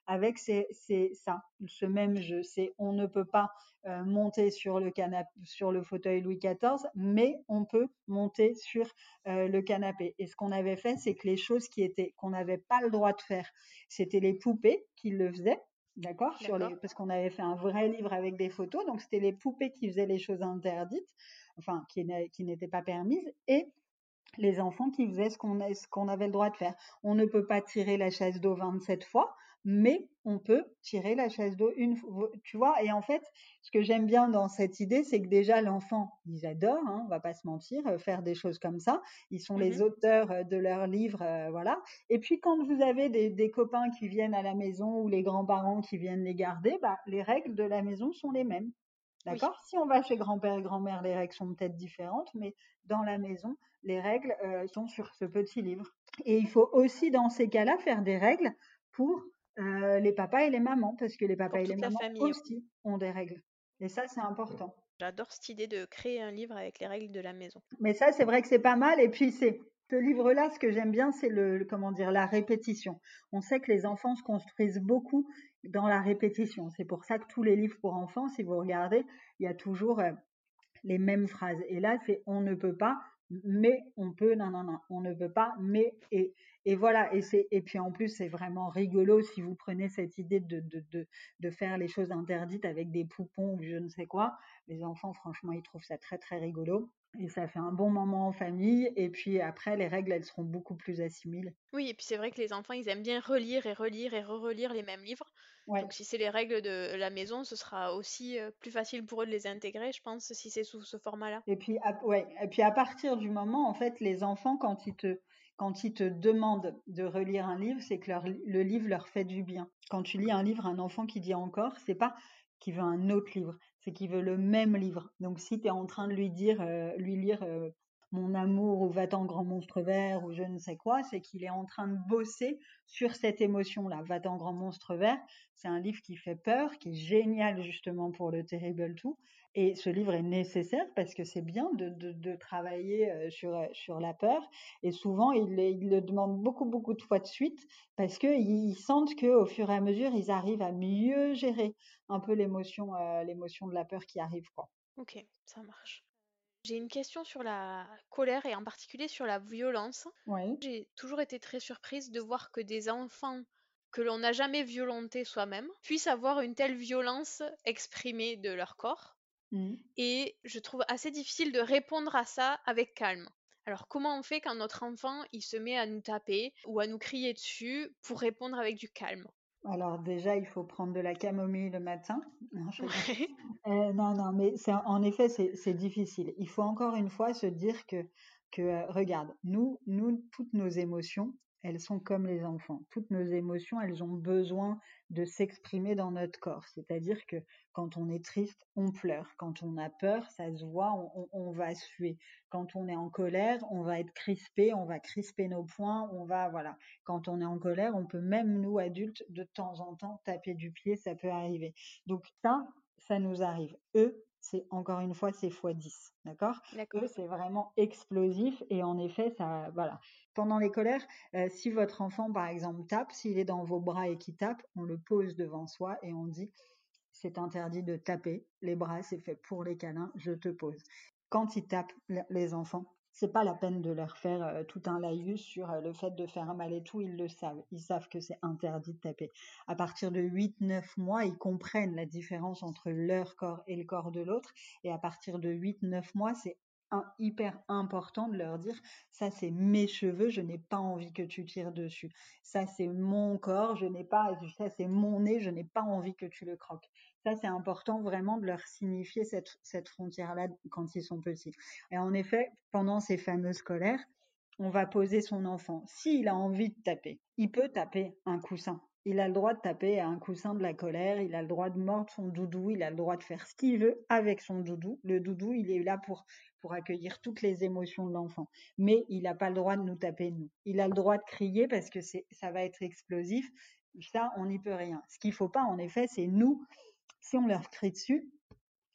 S6: avec c'est, c'est ça, ce même jeu. C'est on ne peut pas euh, monter sur le canapé, sur le fauteuil Louis quatorze, mais on peut monter sur euh, le canapé. Et ce qu'on avait fait, c'est que les choses qui étaient qu'on n'avait pas le droit de faire, c'était les poupées qui le faisaient. D'accord, sur les,
S5: D'accord.
S6: parce qu'on avait fait un vrai livre avec des photos, donc c'était les poupées qui faisaient les choses interdites, enfin qui, n'a- qui n'étaient pas permises, et les enfants qui faisaient ce qu'on, a- ce qu'on avait le droit de faire. On ne peut pas tirer la chaise d'eau vingt-sept fois, mais on peut tirer la chaise d'eau une fois, tu vois. Et en fait, ce que j'aime bien dans cette idée, c'est que déjà l'enfant, ils adorent, hein, on va pas se mentir, euh, faire des choses comme ça. Ils sont les
S5: Mhm.
S6: auteurs euh, de leurs livres, euh, voilà. Et puis quand vous avez des, des copains qui viennent à la maison ou les grands-parents qui viennent les garder, bah, les règles de la maison sont les mêmes.
S5: Oui.
S6: D'accord? Si on va chez grand-père et grand-mère, les règles sont peut-être différentes, mais dans la maison, les règles euh, sont sur ce petit livre. Et il faut aussi, dans ces cas-là, faire des règles pour euh, les papas et les mamans, parce que les papas
S5: Pour
S6: et les
S5: toute la
S6: mamans
S5: famille.
S6: aussi ont des règles. Et ça, c'est important.
S5: J'adore cette idée de créer un livre avec les règles de la maison.
S6: Mais ça, c'est vrai que c'est pas mal. Et puis, c'est ce livre-là, ce que j'aime bien, c'est le, le- comment dire, la répétition. On sait que les enfants se construisent beaucoup dans la répétition. C'est pour ça que tous les livres pour enfants, si vous regardez, il y a toujours euh, les mêmes phrases. Et là, c'est on ne peut pas, mais on peut, non, non, non, on ne peut pas, mais, et, et voilà. Et, c'est, et puis en plus, c'est vraiment rigolo si vous prenez cette idée de, de, de, de faire les choses interdites avec des poupons ou je ne sais quoi. Les enfants, franchement, ils trouvent ça très, très rigolo. Et ça fait un bon moment en famille. Et puis après, les règles, elles seront beaucoup plus assimilées.
S5: Oui, et puis c'est vrai que les enfants, ils aiment bien relire et relire et re-relire les mêmes livres.
S6: Ouais.
S5: Donc si c'est les règles de la maison, ce sera aussi euh, plus facile pour eux de les intégrer, je pense, si c'est sous ce format-là.
S6: Et puis, à, ouais, et puis à partir du moment, en fait, les enfants, quand ils te, quand ils te demandent de relire un livre, c'est que leur, le livre leur fait du bien. Quand tu lis un livre, un enfant qui dit encore, c'est pas qu'il veut un autre livre, c'est qu'il veut le même livre. Donc, si tu es en train de lui dire, euh, lui lire euh, Mon amour ou Va-t'en grand monstre vert ou je ne sais quoi, c'est qu'il est en train de bosser sur cette émotion-là. Va-t'en grand monstre vert, c'est un livre qui fait peur, qui est génial justement pour le Terrible Two. Et ce livre est nécessaire parce que c'est bien de, de, de travailler euh, sur, euh, sur la peur. Et souvent, ils, ils le demandent beaucoup, beaucoup de fois de suite parce qu'ils sentent qu'au fur et à mesure, ils arrivent à mieux gérer un peu l'émotion, euh, l'émotion de la peur qui arrive, quoi.
S5: Ok, ça marche. J'ai une question sur la colère et en particulier sur la violence.
S6: Oui.
S5: J'ai toujours été très surprise de voir que des enfants que l'on n'a jamais violentés soi-même puissent avoir une telle violence exprimée de leur corps.
S6: Mhm.
S5: Et je trouve assez difficile de répondre à ça avec calme. Alors comment on fait quand notre enfant il se met à nous taper ou à nous crier dessus pour répondre avec du calme?
S6: Alors déjà, il faut prendre de la camomille le matin. Non, je rigole.
S5: Ouais.
S6: Euh, non, non, mais c'est, en effet, c'est, c'est difficile. Il faut encore une fois se dire que, que euh, regarde, nous, nous, toutes nos émotions, elles sont comme les enfants. Toutes nos émotions, elles ont besoin de s'exprimer dans notre corps. C'est-à-dire que quand on est triste, on pleure. Quand on a peur, ça se voit, on, on, on va suer. Quand on est en colère, on va être crispé, on va crisper nos poings, on va, voilà. Quand on est en colère, on peut même, nous, adultes, de temps en temps, taper du pied, ça peut arriver. Donc ça, ça nous arrive. Eux, c'est encore une fois, c'est fois dix, d'accord? Eux,
S5: D'accord.
S6: c'est vraiment explosif et en effet, ça, voilà. Pendant les colères, euh, si votre enfant, par exemple, tape, s'il est dans vos bras et qu'il tape, on le pose devant soi et on dit, c'est interdit de taper. Les bras, c'est fait pour les câlins, je te pose. Quand ils tapent, les enfants, c'est pas la peine de leur faire euh, tout un laïus sur euh, le fait de faire mal et tout, ils le savent. Ils savent que c'est interdit de taper. À partir de huit neuf mois, ils comprennent la différence entre leur corps et le corps de l'autre. Et à partir de huit neuf mois, c'est un, hyper important de leur dire ça c'est mes cheveux, je n'ai pas envie que tu tires dessus. Ça c'est mon corps, je n'ai pas, ça c'est mon nez, je n'ai pas envie que tu le croques. Ça c'est important vraiment de leur signifier cette, cette frontière-là quand ils sont petits. Et en effet, pendant ces fameuses colères, on va poser son enfant. S'il a envie de taper, il peut taper un coussin. Il a le droit de taper à un coussin de la colère, il a le droit de mordre son doudou, il a le droit de faire ce qu'il veut avec son doudou. Le doudou, il est là pour, pour accueillir toutes les émotions de l'enfant. Mais il n'a pas le droit de nous taper, nous. Il a le droit de crier parce que c'est, ça va être explosif. Ça, on n'y peut rien. Ce qu'il ne faut pas, en effet, c'est nous, si on leur crie dessus,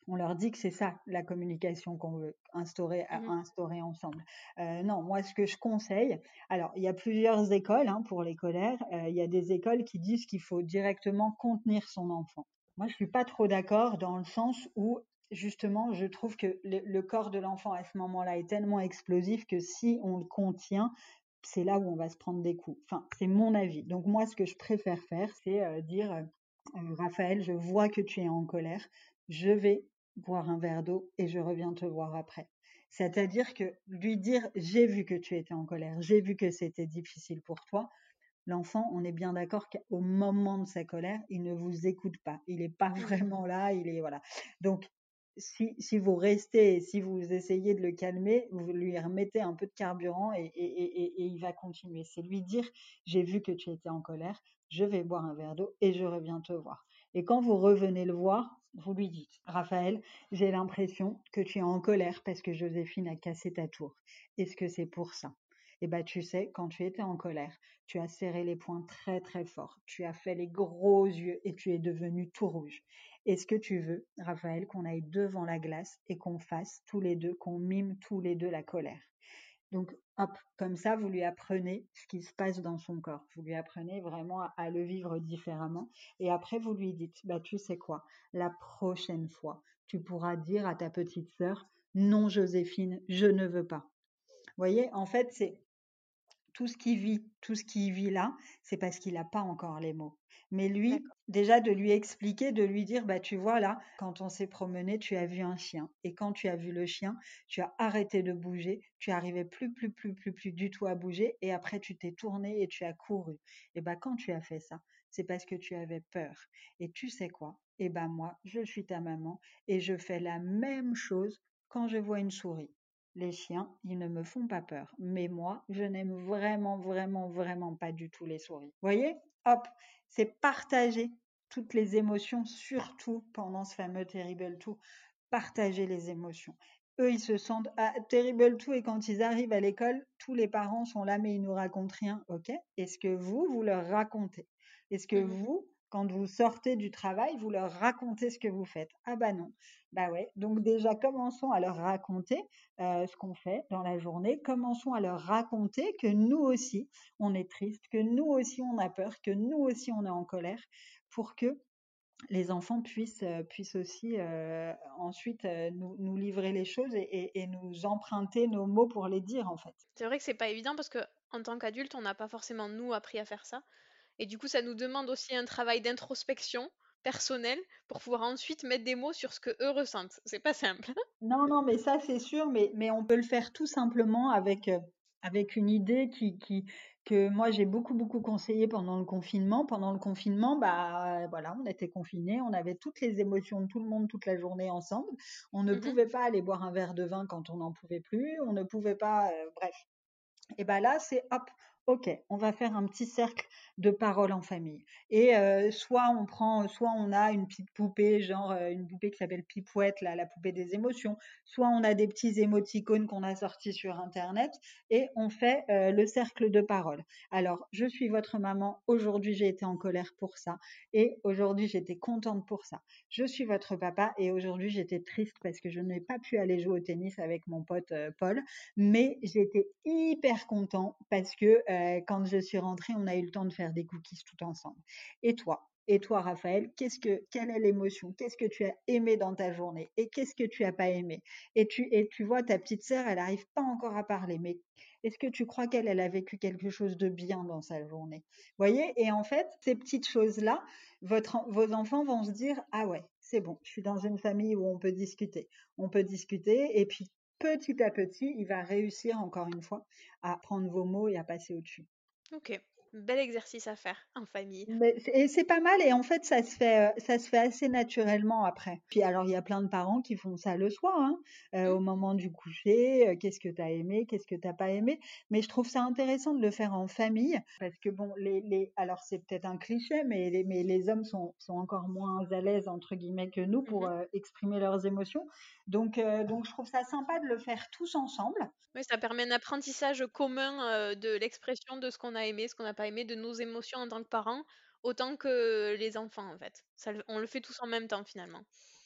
S6: On leur dit que c'est ça la communication qu'on veut instaurer, à-
S5: Mhm.
S6: instaurer ensemble. Euh, non, moi ce que je conseille, alors il y a plusieurs écoles hein, pour les colères. Euh, il y a des écoles qui disent qu'il faut directement contenir son enfant. Moi je suis pas trop d'accord dans le sens où justement je trouve que le, le corps de l'enfant à ce moment-là est tellement explosif que si on le contient, c'est là où on va se prendre des coups. Enfin, c'est mon avis. Donc moi, ce que je préfère faire, c'est euh, dire, euh, euh, Raphaël, je vois que tu es en colère, je vais boire un verre d'eau et je reviens te voir après. C'est-à-dire que lui dire, j'ai vu que tu étais en colère, j'ai vu que c'était difficile pour toi. L'enfant, on est bien d'accord qu'au moment de sa colère, il ne vous écoute pas. Il n'est pas
S5: Mhm.
S6: vraiment là. Il est voilà. Donc, si, si vous restez et si vous essayez de le calmer, vous lui remettez un peu de carburant et, et, et, et il va continuer. C'est lui dire, j'ai vu que tu étais en colère, je vais boire un verre d'eau et je reviens te voir. Et quand vous revenez le voir, vous lui dites, Raphaël, j'ai l'impression que tu es en colère parce que Joséphine a cassé ta tour. Est-ce que c'est pour ça? Eh ben, tu sais, quand tu étais en colère, tu as serré les poings très très fort, tu as fait les gros yeux et tu es devenu tout rouge. Est-ce que tu veux, Raphaël, qu'on aille devant la glace et qu'on fasse tous les deux, qu'on mime tous les deux la colère? Donc, hop, comme ça, vous lui apprenez ce qui se passe dans son corps. Vous lui apprenez vraiment à, à le vivre différemment. Et après, vous lui dites, bah, tu sais quoi, la prochaine fois, tu pourras dire à ta petite sœur, non, Joséphine, je ne veux pas. Vous voyez, en fait, c'est tout ce qu'il vit, tout ce qu'il vit là, c'est parce qu'il n'a pas encore les mots. Mais lui,
S5: D'accord.
S6: déjà de lui expliquer, de lui dire, bah tu vois là, quand on s'est promené, tu as vu un chien. Et quand tu as vu le chien, tu as arrêté de bouger, tu arrivais plus, plus, plus, plus, plus du tout à bouger. Et après, tu t'es tourné et tu as couru. Et bah quand tu as fait ça, c'est parce que tu avais peur. Et tu sais quoi? Et ben moi, je suis ta maman et je fais la même chose quand je vois une souris. Les chiens, ils ne me font pas peur. Mais moi, je n'aime vraiment, vraiment, vraiment pas du tout les souris. Vous voyez? Hop, c'est partager toutes les émotions, surtout pendant ce fameux Terrible two. Partager les émotions. Eux, ils se sentent ah, Terrible two et quand ils arrivent à l'école, tous les parents sont là, mais ils nous racontent rien. Ok? Est-ce que vous, vous leur racontez? Est-ce que
S5: Mhm.
S6: vous, quand vous sortez du travail, vous leur racontez ce que vous faites? Ah bah non. Bah ouais. Donc déjà, commençons à leur raconter euh, ce qu'on fait dans la journée. Commençons à leur raconter que nous aussi, on est triste, que nous aussi, on a peur, que nous aussi, on est en colère, pour que les enfants puissent, euh, puissent aussi euh, ensuite euh, nous, nous livrer les choses et, et- et nous emprunter nos mots pour les dire, en fait.
S5: C'est vrai que c'est pas évident parce que en tant qu'adulte, on n'a pas forcément nous appris à faire ça. Et du coup, ça nous demande aussi un travail d'introspection personnelle pour pouvoir ensuite mettre des mots sur ce que eux ressentent. C'est pas simple.
S6: Non, non, mais ça, c'est sûr, mais, mais on peut le faire tout simplement avec, euh, avec une idée qui, qui, que moi, j'ai beaucoup, beaucoup conseillé pendant le confinement. Pendant le confinement, bah, euh, voilà, on était confinés, on avait toutes les émotions de tout le monde toute la journée ensemble. On ne
S5: Mhm.
S6: pouvait pas aller boire un verre de vin quand on n'en pouvait plus, on ne pouvait pas, euh, bref. Et ben là, c'est hop, ok, on va faire un petit cercle de parole en famille. Et euh, soit on prend, soit on a une petite poupée, genre euh, une poupée qui s'appelle Pipouette, là, la poupée des émotions. Soit on a des petits émoticônes qu'on a sortis sur Internet et on fait euh, le cercle de parole. Alors, je suis votre maman. Aujourd'hui, j'ai été en colère pour ça. Et aujourd'hui, j'étais contente pour ça. Je suis votre papa et aujourd'hui, j'étais triste parce que je n'ai pas pu aller jouer au tennis avec mon pote euh, Paul. Mais j'étais hyper content parce que euh, quand je suis rentrée, on a eu le temps de faire des cookies tout ensemble. Et toi? Et toi, Raphaël, qu'est-ce que, quelle est l'émotion? Qu'est-ce que tu as aimé dans ta journée? Et qu'est-ce que tu as pas aimé? Et tu, et tu vois, ta petite sœur, elle n'arrive pas encore à parler, mais est-ce que tu crois qu'elle, elle a vécu quelque chose de bien dans sa journée? Vous voyez? Et en fait, ces petites choses-là, votre, vos enfants vont se dire, ah ouais, c'est bon, je suis dans une famille où on peut discuter. On peut discuter, et puis petit à petit, il va réussir encore une fois à prendre vos mots et à passer au-dessus.
S5: Ok, bel exercice à faire en famille.
S6: Mais c'est- et c'est pas mal et en fait ça se fait euh, ça se fait assez naturellement après. Puis alors il y a plein de parents qui font ça le soir, hein, euh,
S5: Mm.
S6: au moment du coucher. euh, qu'est-ce que tu as aimé, qu'est-ce que t'as pas aimé. Mais je trouve ça intéressant de le faire en famille parce que bon les les alors c'est peut-être un cliché mais les, mais les hommes sont sont encore moins à l'aise entre guillemets que nous pour
S5: Mhm.
S6: euh, exprimer leurs émotions. Donc euh, donc je trouve ça sympa de le faire tous ensemble.
S5: Oui, ça permet un apprentissage commun euh, de l'expression de ce qu'on a aimé, ce qu'on n'a pas aimé, de nos émotions en tant que parents, autant que les enfants en fait. Ça, le- on le fait tous en même temps finalement.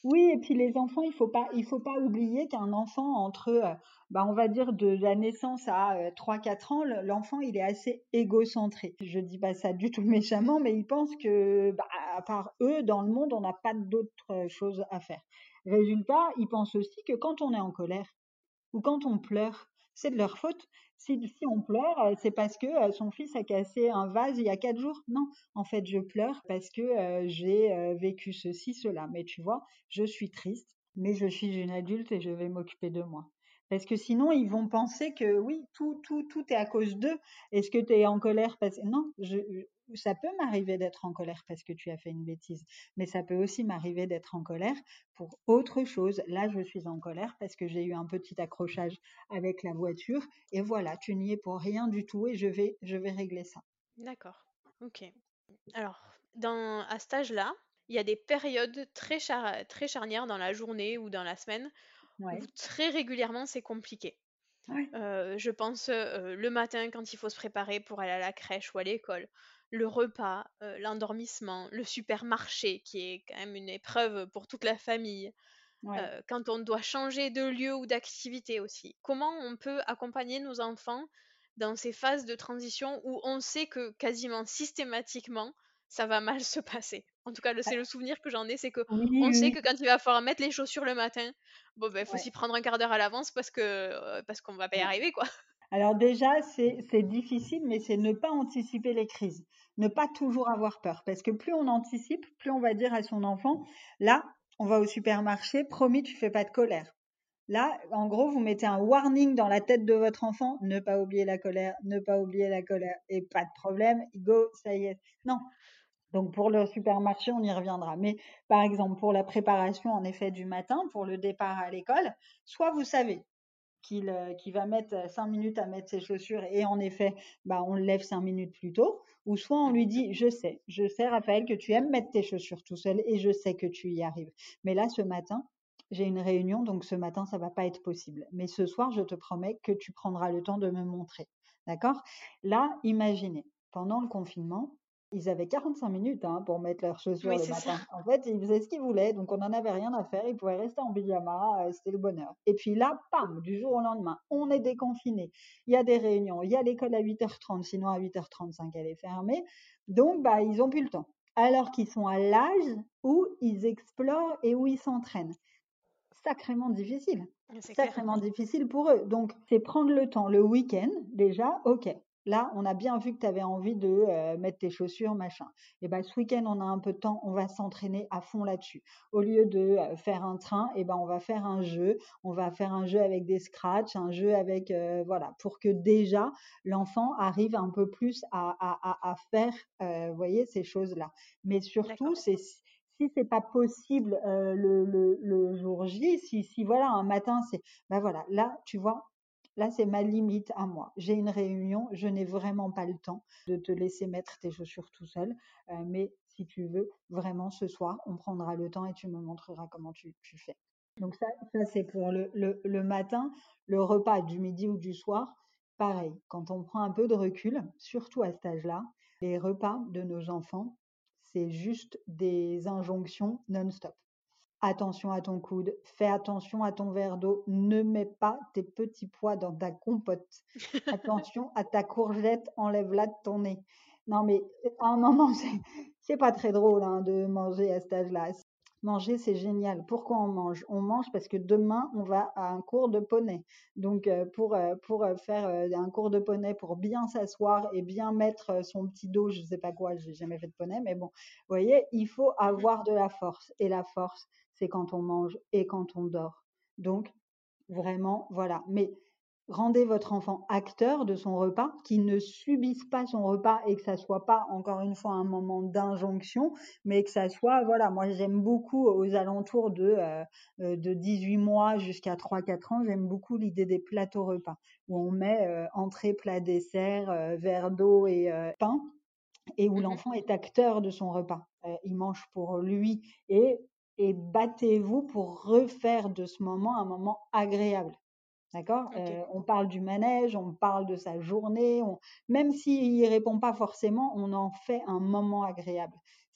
S6: Oui, et puis les enfants, il faut pas, il faut pas oublier qu'un enfant entre, euh, bah, on va dire de la naissance à euh, trois quatre ans, le- l'enfant, il est assez égocentré. Je dis pas ça du tout méchamment, mais il pense que, bah, à part eux, dans le monde, on n'a pas d'autres euh, choses à faire. Résultat, il pense aussi que quand on est en colère ou quand on pleure, c'est de leur faute. Si, si on pleure, euh, c'est parce que euh, son fils a cassé un vase il y a quatre jours. Non, en fait, je pleure parce que euh, j'ai euh, vécu ceci, cela. Mais tu vois, je suis triste, mais je suis une adulte et je vais m'occuper de moi. Parce que sinon, ils vont penser que oui, tout, tout, tout est à cause d'eux. Est-ce que tu es en colère parce que... Non, je, je- ça peut m'arriver d'être en colère parce que tu as fait une bêtise, mais ça peut aussi m'arriver d'être en colère pour autre chose. Là, je suis en colère parce que j'ai eu un petit accrochage avec la voiture et voilà, tu n'y es pour rien du tout et je vais, je vais régler ça.
S5: D'accord. Ok. Alors, dans, à cet âge-là, il y a des périodes très, char- très charnières dans la journée ou dans la semaine où
S6: Ouais,
S5: très régulièrement c'est compliqué.
S6: ouais,
S5: Euh, je pense euh, le matin quand il faut se préparer pour aller à la crèche ou à l'école, le repas, euh, l'endormissement, le supermarché qui est quand même une épreuve pour toute la famille,
S6: ouais.
S5: euh, quand on doit changer de lieu ou d'activité aussi. Comment on peut accompagner nos enfants dans ces phases de transition où on sait que quasiment systématiquement ça va mal se passer. En tout cas, le- c'est
S6: Ah,
S5: le souvenir que j'en ai, c'est que
S6: oui,
S5: on sait
S6: oui,
S5: que quand il va falloir mettre les chaussures le matin, bon ben faut
S6: ouais,
S5: s'y prendre un quart d'heure à l'avance parce que euh, parce qu'on va pas y
S6: ouais.
S5: arriver quoi.
S6: Alors déjà, c'est c'est difficile, mais c'est ne pas anticiper les crises, ne pas toujours avoir peur, parce que plus on anticipe, plus on va dire à son enfant, là, on va au supermarché, promis, tu fais pas de colère. Là, en gros, vous mettez un warning dans la tête de votre enfant, ne pas oublier la colère, ne pas oublier la colère, et pas de problème, go, ça y est. Non. Donc pour le supermarché, on y reviendra. Mais par exemple, pour la préparation, en effet, du matin, pour le départ à l'école, soit vous savez qu'il euh, qu'il va mettre euh, cinq minutes à mettre ses chaussures et en effet, bah, on le lève cinq minutes plus tôt, ou soit on lui dit, je sais, je sais Raphaël que tu aimes mettre tes chaussures tout seul et je sais que tu y arrives. Mais là, ce matin, j'ai une réunion, donc ce matin, ça va pas être possible. Mais ce soir, je te promets que tu prendras le temps de me montrer. D'accord? Là, imaginez, pendant le confinement, ils avaient quarante-cinq minutes hein, pour mettre leurs chaussures
S5: Oui,
S6: le
S5: c'est ça.
S6: matin. En fait, ils faisaient ce qu'ils voulaient, donc on n'en avait rien à faire. Ils pouvaient rester en pyjama, euh, c'était le bonheur. Et puis là, pam, du jour au lendemain, on est déconfiné. Il y a des réunions, il y a l'école à huit heures trente, sinon à huit heures trente-cinq, elle est fermée. Donc, bah, ils ont plus le temps. Alors qu'ils sont à l'âge où ils explorent et où ils s'entraînent. Sacrément difficile.
S5: C'est clair.
S6: Sacrément difficile pour eux. Donc, c'est prendre le temps le week-end, déjà, ok. Là, on a bien vu que tu avais envie de euh, mettre tes chaussures, machin. Et ben, ce week-end, on a un peu de temps, on va s'entraîner à fond là-dessus. Au lieu de euh, faire un train, et ben, on va faire un jeu. On va faire un jeu avec des scratchs, un jeu avec, euh, voilà, pour que déjà l'enfant arrive un peu plus à, à, à, à faire, euh, vous voyez, ces choses-là. Mais surtout,
S5: D'accord.
S6: c'est si c'est pas possible euh, le, le, le jour J, si, si voilà, un matin, c'est, ben voilà, là, tu vois, là, c'est ma limite à moi. J'ai une réunion, je n'ai vraiment pas le temps de te laisser mettre tes chaussures tout seul. Euh, mais si tu veux, vraiment, ce soir, on prendra le temps et tu me montreras comment tu, tu fais. Donc ça, ça c'est pour le, le, le matin, le repas du midi ou du soir. Pareil, quand on prend un peu de recul, surtout à cet âge-là, les repas de nos enfants, c'est juste des injonctions non-stop. Attention à ton coude, fais attention à ton verre d'eau, ne mets pas tes petits pois dans ta compote. Attention à ta courgette, enlève-la de ton nez. Non mais à un moment, c'est c'est pas très drôle hein, de manger à cet âge-là. Manger, c'est génial. Pourquoi on mange? On mange parce que demain, on va à un cours de poney. Donc, euh, pour, euh, pour euh, faire euh, un cours de poney, pour bien s'asseoir et bien mettre euh, son petit dos, je sais pas quoi, j'ai jamais fait de poney, mais bon, vous voyez, il faut
S5: Mhm.
S6: avoir de la force. Et la force, c'est quand on mange et quand on dort. Donc, vraiment, voilà. Mais rendez votre enfant acteur de son repas, qu'il ne subisse pas son repas et que ça soit pas, encore une fois, un moment d'injonction, mais que ça soit, voilà, moi j'aime beaucoup aux alentours de, euh, euh, de dix-huit mois jusqu'à trois quatre ans, j'aime beaucoup l'idée des plateaux repas, où on met euh, entrée, plat, dessert, euh, verre d'eau et euh, pain, et où
S5: Mhm.
S6: l'enfant est acteur de son repas. Euh, il mange pour lui et, et battez-vous pour refaire de ce moment un moment agréable. D'accord?
S5: Ok.
S6: Euh, on parle du manège, on parle de sa journée, on- même s'il y répond pas forcément, on en fait un moment agréable.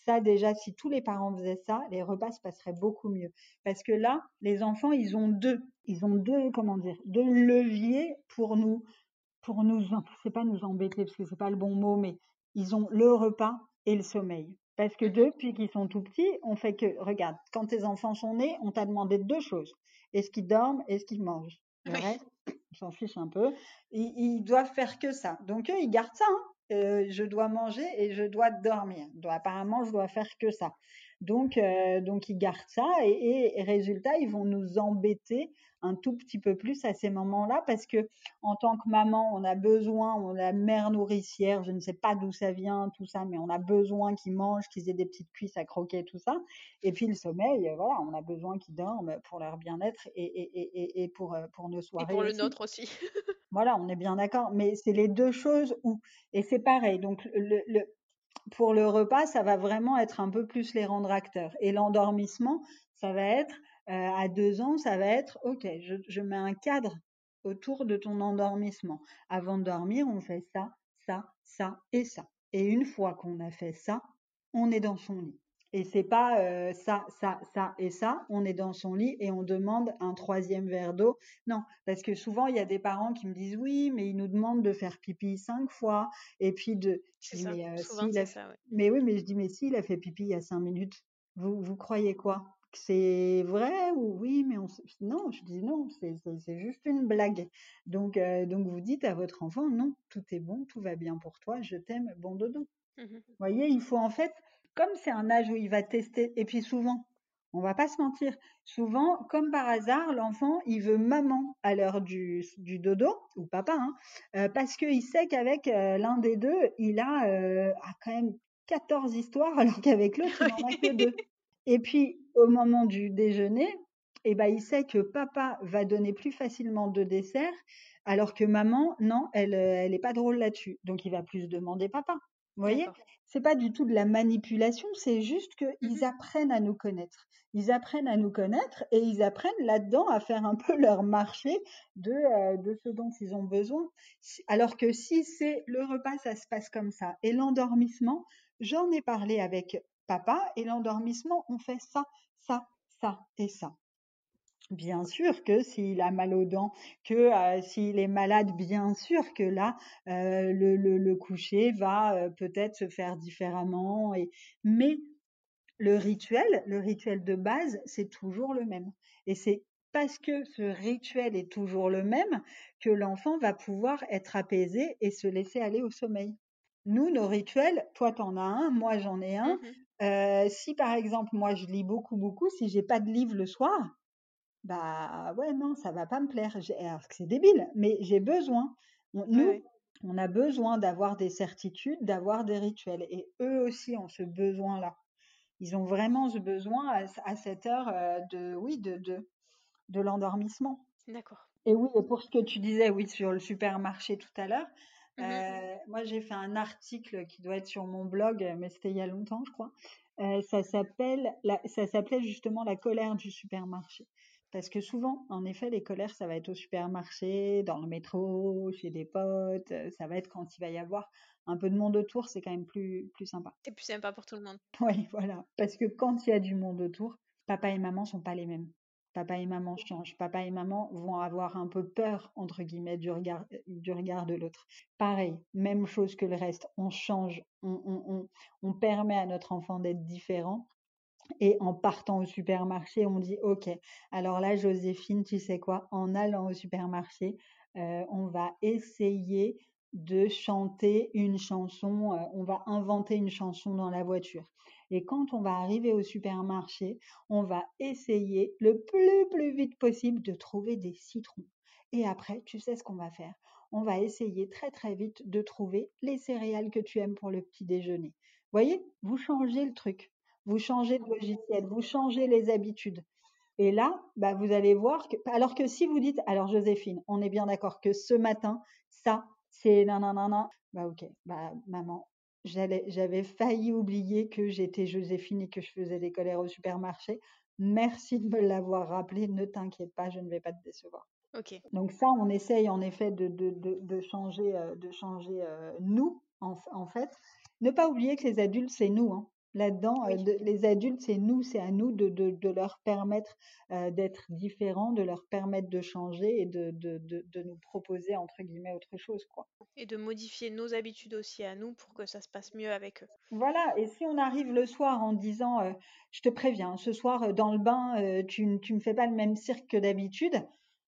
S6: ça déjà, si tous les parents faisaient ça, les repas se passeraient beaucoup mieux. Parce que là, les enfants, ils ont deux, ils ont deux, comment dire, deux leviers pour nous, pour nous, c'est pas nous embêter parce que c'est pas le bon mot, mais ils ont le repas et le sommeil. Parce que depuis qu'ils sont tout petits, on fait que, regarde, quand tes enfants sont nés, on t'a demandé deux choses. Est-ce qu'ils dorment, est-ce qu'ils mangent? Le
S5: Oui.
S6: reste, on s'en fiche un peu. Ils, ils doivent faire que ça. Donc eux, ils gardent ça, hein. Euh, je dois manger et je dois dormir. Donc, apparemment, je dois faire que ça. Donc, euh, donc ils gardent ça et, et, et résultat, ils vont nous embêter un tout petit peu plus à ces moments-là parce que en tant que maman, on a besoin, on a la mère nourricière, je ne sais pas d'où ça vient, tout ça, mais on a besoin qu'ils mangent, qu'ils aient des petites cuisses à croquer, tout ça. Et puis le sommeil, euh, voilà, on a besoin qu'ils dorment pour leur bien-être et, et, et, et- et pour, euh, pour nos
S5: Et
S6: soirées
S5: pour le
S6: aussi.
S5: nôtre aussi.
S6: Voilà, on est bien d'accord, mais c'est les deux choses où, et c'est pareil, donc le, le, pour le repas, ça va vraiment être un peu plus les rendre acteurs. Et l'endormissement, ça va être, euh, à deux ans, ça va être, ok, je, je mets un cadre autour de ton endormissement. Avant de dormir, on fait ça, ça, ça et ça. Et une fois qu'on a fait ça, on est dans son lit. Et c'est pas euh, ça, ça, ça et ça, on est dans son lit et on demande un troisième verre d'eau. Non, parce que souvent, il y a des parents qui me disent oui, mais ils nous demandent de faire pipi cinq fois. Et puis de, je
S5: C'est
S6: dis,
S5: ça.
S6: mais euh,
S5: Souvent,
S6: s'il a
S5: c'est
S6: fait...
S5: ça, ouais.
S6: mais oui, mais je dis, mais s'il a fait pipi il y a cinq minutes, vous, vous croyez quoi? Que c'est vrai ou oui, mais on... s- non, je dis non, c'est c'est- c'est juste une blague. Donc, euh, donc vous dites à votre enfant, non, tout est bon, tout va bien pour toi, je t'aime, bon dodo.
S5: Mhm.
S6: Vous voyez, il faut en fait, comme c'est un âge où il va tester, et puis souvent, on va pas se mentir, souvent, comme par hasard, l'enfant, il veut maman à l'heure du, du dodo, ou papa, hein, euh, parce qu'il sait qu'avec euh, l'un des deux, il a, euh, a quand même quatorze histoires, alors qu'avec l'autre, il en a que deux. Et puis, au moment du déjeuner, eh ben, il sait que papa va donner plus facilement de dessert, alors que maman, non, elle, euh, elle est pas drôle là-dessus. Donc, il va plus demander papa. Vous voyez?
S5: D'accord.
S6: C'est pas du tout de la manipulation, c'est juste
S5: Mhm.
S6: qu'ils apprennent à nous connaître. Ils apprennent à nous connaître et ils apprennent là-dedans à faire un peu leur marché de, euh, de ce dont ils ont besoin. Si- Alors que si c'est le repas, ça se passe comme ça. Et l'endormissement, j'en ai parlé avec papa et l'endormissement, on fait ça, ça, ça et ça. Bien sûr que s'il a mal aux dents, que euh, s'il est malade, bien sûr que là, euh, le, le, le coucher va euh, peut-être se faire différemment. Et... Mais le rituel, le rituel de base, c'est toujours le même. Et c'est parce que ce rituel est toujours le même que l'enfant va pouvoir être apaisé et se laisser aller au sommeil. Nous, nos rituels, toi t'en as un, moi j'en ai un.
S5: Mhm.
S6: Euh, si par exemple moi je lis beaucoup beaucoup, si j'ai pas de livre le soir, bah ouais, non, ça va pas me plaire. J'ai- Alors que c'est débile, mais j'ai besoin. On-
S5: Oui,
S6: nous,
S5: oui.
S6: on a besoin d'avoir des certitudes, d'avoir des rituels. Et eux aussi ont ce besoin-là. Ils ont vraiment ce besoin à, à cette heure euh, de, oui, de, de, de l'endormissement.
S5: D'accord.
S6: Et oui, et pour ce que tu disais, oui, sur le supermarché tout à l'heure,
S5: Mhm.
S6: euh, moi j'ai fait un article qui doit être sur mon blog, mais c'était il y a longtemps, je crois. Euh, ça s'appelle, la- ça s'appelait justement la colère du supermarché. Parce que souvent, en effet, les colères, ça va être au supermarché, dans le métro, chez des potes, euh, ça va être quand il va y avoir un peu de monde autour, c'est quand même plus, plus sympa.
S5: C'est plus sympa pour tout le monde.
S6: Oui, voilà. Parce que quand il y a du monde autour, papa et maman sont pas les mêmes. Papa et maman changent. Papa et maman vont avoir un peu peur, entre guillemets, du regard, du regard de l'autre. Pareil, même chose que le reste. On change, on, on, on, on permet à notre enfant d'être différent. Et en partant au supermarché, on dit, OK, alors là, Joséphine, tu sais quoi, en allant au supermarché, euh, on va essayer de chanter une chanson, euh, on va inventer une chanson dans la voiture. Et quand on va arriver au supermarché, on va essayer le plus, plus vite possible de trouver des citrons. Et après, tu sais ce qu'on va faire? On va essayer très, très vite de trouver les céréales que tu aimes pour le petit déjeuner. Vous voyez, vous changez le truc. Vous changez de logiciel, vous changez les habitudes. Et là, bah, vous allez voir que, alors que si vous dites, alors Joséphine, on est bien d'accord que ce matin, ça, c'est nanana, bah ok, bah maman, j'allais, j'avais failli oublier que j'étais Joséphine et que je faisais des colères au supermarché. Merci de me l'avoir rappelé, ne t'inquiète pas, je ne vais pas te décevoir.
S5: Ok.
S6: Donc ça, on essaye en effet de, de, de, de changer, euh, de changer euh, nous, en, en fait. Ne pas oublier que les adultes, c'est nous, hein. là-dedans. euh,
S5: Oui.
S6: de- les adultes, c'est nous, c'est à nous de, de, de leur permettre euh, d'être différents, de leur permettre de changer et de, de, de, de nous proposer, entre guillemets, autre chose, quoi.
S5: Et de modifier nos habitudes aussi à nous pour que ça se passe mieux avec eux.
S6: Voilà, et si on arrive le soir en disant, euh, je te préviens, ce soir euh, dans le bain, euh, tu, n- tu me fais pas le même cirque que d'habitude,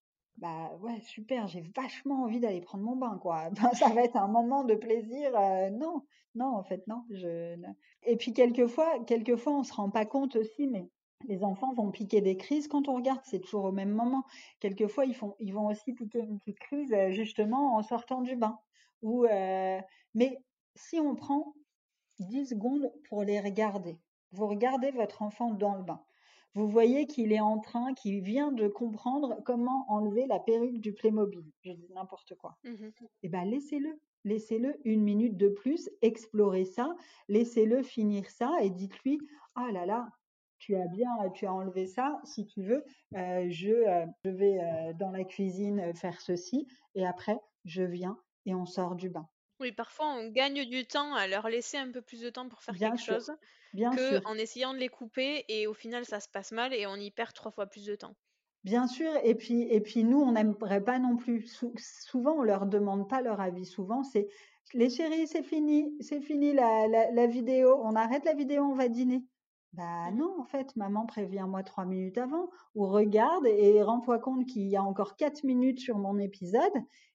S6: bah ouais, super, j'ai vachement envie d'aller prendre mon bain, quoi. Ben, ça va être un moment de plaisir. euh, non, non, en fait, non. Je... non. Et puis quelquefois, quelquefois, on se rend pas compte aussi, mais les enfants vont piquer des crises quand on regarde, c'est toujours au même moment. Quelquefois, ils font, ils vont aussi piquer une petite crise euh, justement en sortant du bain. Ou, euh, mais si on prend dix secondes pour les regarder. Vous regardez votre enfant dans le bain. Vous voyez qu'il est en train, qu'il vient de comprendre comment enlever la perruque du Playmobil. Je dis n'importe quoi.
S5: Mhm.
S6: Eh ben, laissez-le. Laissez-le une minute de plus explorer ça. Laissez-le finir ça et dites-lui, ah là là, tu as bien, tu as enlevé ça. Si tu veux, euh, je, euh, je vais euh, dans la cuisine faire ceci et après, je viens et on sort du bain.
S5: Oui, parfois on gagne du temps à leur laisser un peu plus de temps pour faire
S6: Bien
S5: quelque
S6: sûr,
S5: chose
S6: bien
S5: que
S6: sûr.
S5: en essayant de les couper et au final ça se passe mal et on y perd trois fois plus de temps.
S6: Bien sûr, et puis, et puis nous, on n'aimerait pas non plus. Sou- souvent, on leur demande pas leur avis. Souvent, c'est les chéris, c'est fini, c'est fini la, la, la vidéo. On arrête la vidéo, on va dîner. Bah
S5: Mhm.
S6: non, en fait, maman, préviens-moi trois minutes avant. Ou regarde et rends-toi compte qu'il y a encore quatre minutes sur mon épisode.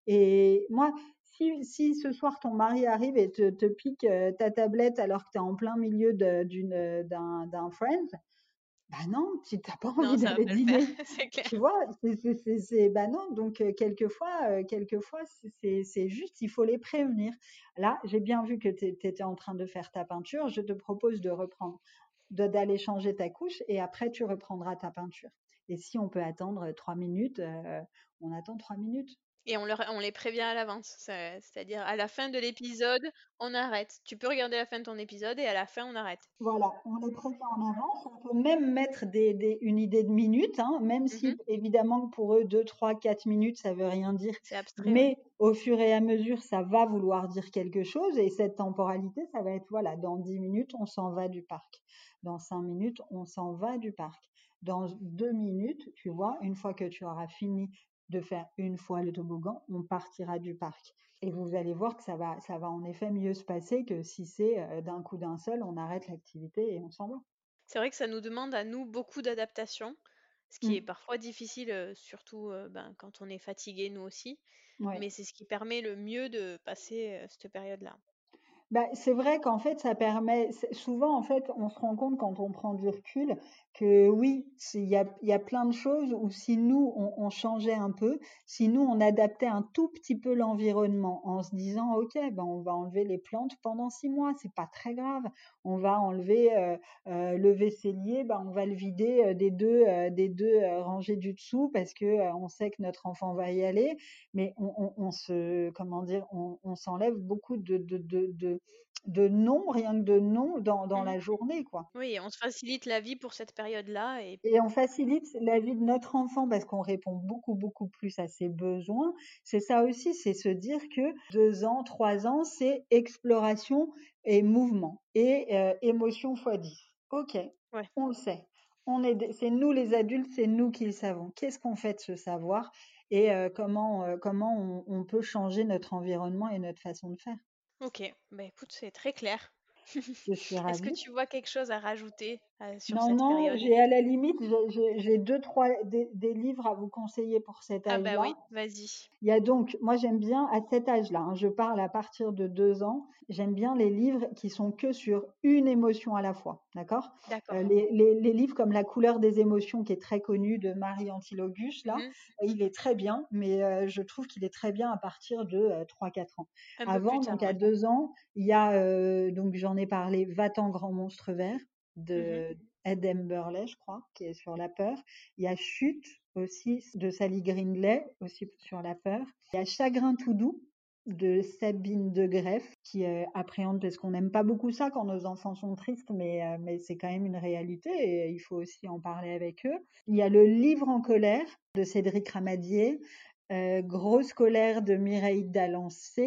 S6: Et moi, si, si ce soir ton mari arrive et te, te pique euh, ta tablette alors que tu es en plein milieu de- d'une, d'un, d'un Friends, bah non, tu n'as pas
S5: Non,
S6: envie
S5: ça va
S6: d'aller
S5: pas le faire,
S6: dîner.
S5: c'est clair.
S6: Tu vois? C'est c'est c'est c'est bah non, donc heu, quelquefois, heu, quelquefois c'est c'est c'est juste, il faut les prévenir. Là, j'ai bien vu que tu étais en train de faire ta peinture, je te propose de reprendre, de d'aller changer ta couche et après tu reprendras ta peinture. Et si on peut attendre, heu, trois minutes, heu, on attend trois minutes.
S5: Et on, leur, on les prévient à l'avance, ça- c'est-à-dire à la fin de l'épisode, on arrête. Tu peux regarder la fin de ton épisode et à la fin on arrête.
S6: Voilà, on les prévient en avance. On peut même mettre des, des- une idée de minutes, hein, même
S5: Mhm.
S6: si évidemment que pour eux, deux, trois, quatre minutes, ça veut rien dire.
S5: C'est abstrait, ouais.
S6: Mais au fur et à mesure, ça va vouloir dire quelque chose. Et cette temporalité, ça va être, voilà, dans dix minutes, on s'en va du parc. Dans cinq minutes, on s'en va du parc. Dans deux minutes, tu vois, une fois que tu auras fini de faire une fois le toboggan, on partira du parc. Et vous allez voir que ça va, ça va en effet mieux se passer que si c'est euh, d'un coup d'un seul, on arrête l'activité et on s'en va.
S5: C'est vrai que ça nous demande à nous beaucoup d'adaptation, ce qui est
S6: Mm.
S5: parfois difficile, euh, surtout euh, ben, quand on est fatigué, nous aussi.
S6: Ouais.
S5: Mais c'est ce qui permet le mieux de passer euh, cette période-là.
S6: Bah, c'est vrai qu'en fait, ça permet. c'est- Souvent, en fait, on se rend compte quand on prend du recul que oui, c'est- il y a, il y a plein de choses où si nous, on, on changeait un peu, si nous, on adaptait un tout petit peu l'environnement en se disant, OK, ben, on va enlever les plantes pendant six mois, c'est pas très grave. On va enlever euh, euh, le vaisselier, ben, on va le vider euh, des deux, euh, des deux euh, rangées du dessous parce que euh, on sait que notre enfant va y aller. Mais on, on, on se, comment dire, on, on s'enlève beaucoup de, de, de, de, de non, rien que de non dans, dans
S5: Mhm.
S6: la journée, quoi.
S5: Oui, et on se facilite la vie pour cette période-là. Et
S6: Et on facilite la vie de notre enfant parce qu'on répond beaucoup, beaucoup plus à ses besoins. C'est ça aussi, c'est se dire que deux ans, trois ans, c'est exploration et mouvement et euh, émotion fois dix. Ok,
S5: ouais.
S6: on le sait. On est, des- c'est nous les adultes, c'est nous qui le savons. Qu'est-ce qu'on fait de ce savoir et euh, comment, euh, comment on, on peut changer notre environnement et notre façon de faire.
S5: Ok, bah écoute, c'est très clair.
S6: Je suis
S5: Est-ce que
S6: ravie.
S5: tu vois quelque chose à rajouter euh, sur
S6: Non,
S5: cette
S6: non,
S5: période?
S6: j'ai à la limite, j'ai j'ai- j'ai deux, trois des, des livres à vous conseiller pour cet
S5: Ah bah
S6: âge-là.
S5: oui, vas-y.
S6: Il y a donc, moi j'aime bien à cet âge-là, hein, je parle à partir de deux ans, j'aime bien les livres qui sont que sur une émotion à la fois, d'accord? Euh,
S5: D'accord.
S6: les, les- les livres comme La couleur des émotions, qui est très connu de Marie Antilogus, là,
S5: Mhm.
S6: il est très bien, mais euh, je trouve qu'il est très bien à partir de euh, trois quatre ans.
S5: Un peu plus
S6: Avant,
S5: tard,
S6: donc à
S5: ouais.
S6: deux ans, il y a, euh, donc j'en ai parlé, Va-t'en grand monstre vert,
S5: Mhm.
S6: de Ed Burley, je crois, qui est sur la peur. Il y a Chute aussi de Sally Grindlay, aussi sur la peur. Il y a Chagrin tout doux de Sabine de Greff, qui euh, appréhende, parce qu'on n'aime pas beaucoup ça quand nos enfants sont tristes, mais, euh, mais c'est quand même une réalité et il faut aussi en parler avec eux. Il y a Le livre en colère de Cédric Ramadier, euh, Grosse colère de Mireille Dalancé,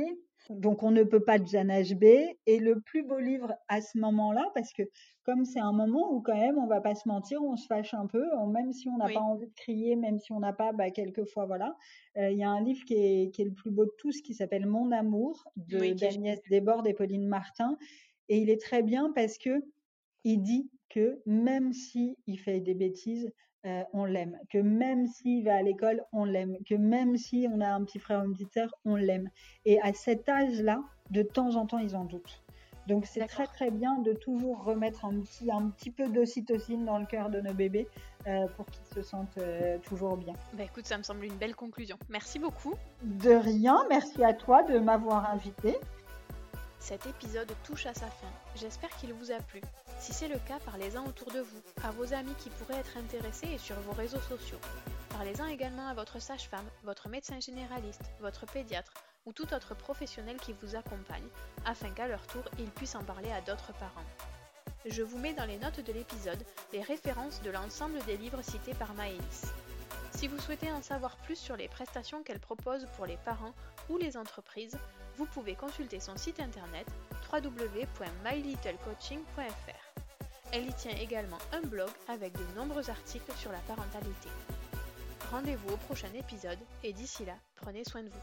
S6: Donc, on ne peut pas Jeanne H B. Et le plus beau livre à ce moment-là, parce que comme c'est un moment où quand même, on va pas se mentir, on se fâche un peu, on- même si on n'a
S5: Oui.
S6: pas envie de crier, même si on n'a pas, bah, quelquefois, voilà. Euh, Il y a un livre qui est, qui est le plus beau de tous, qui s'appelle Mon amour, de
S5: Oui, qui est
S6: d'Agnès Desbordes et Pauline Martin. Et il est très bien parce que il dit que même si il fait des bêtises, euh, on l'aime. Que même s'il va à l'école, on l'aime. Que même si on a un petit frère ou une petite sœur, on l'aime. Et à cet âge-là, de temps en temps, ils en doutent. Donc c'est
S5: D'accord.
S6: très très bien de toujours remettre un petit, un petit peu d'ocytocine dans le cœur de nos bébés euh, pour qu'ils se sentent euh, toujours bien.
S5: Bah écoute, ça me semble une belle conclusion. Merci beaucoup.
S6: De rien, merci à toi de m'avoir invitée.
S5: Cet épisode touche à sa fin. J'espère qu'il vous a plu. Si c'est le cas, parlez-en autour de vous, à vos amis qui pourraient être intéressés et sur vos réseaux sociaux. Parlez-en également à votre sage-femme, votre médecin généraliste, votre pédiatre ou tout autre professionnel qui vous accompagne, afin qu'à leur tour, ils puissent en parler à d'autres parents. Je vous mets dans les notes de l'épisode les références de l'ensemble des livres cités par Maëlys. Si vous souhaitez en savoir plus sur les prestations qu'elle propose pour les parents ou les entreprises, vous pouvez consulter son site internet w w w point my little coaching point f r. Elle y tient également un blog avec de nombreux articles sur la parentalité. Rendez-vous au prochain épisode et d'ici là, prenez soin de vous.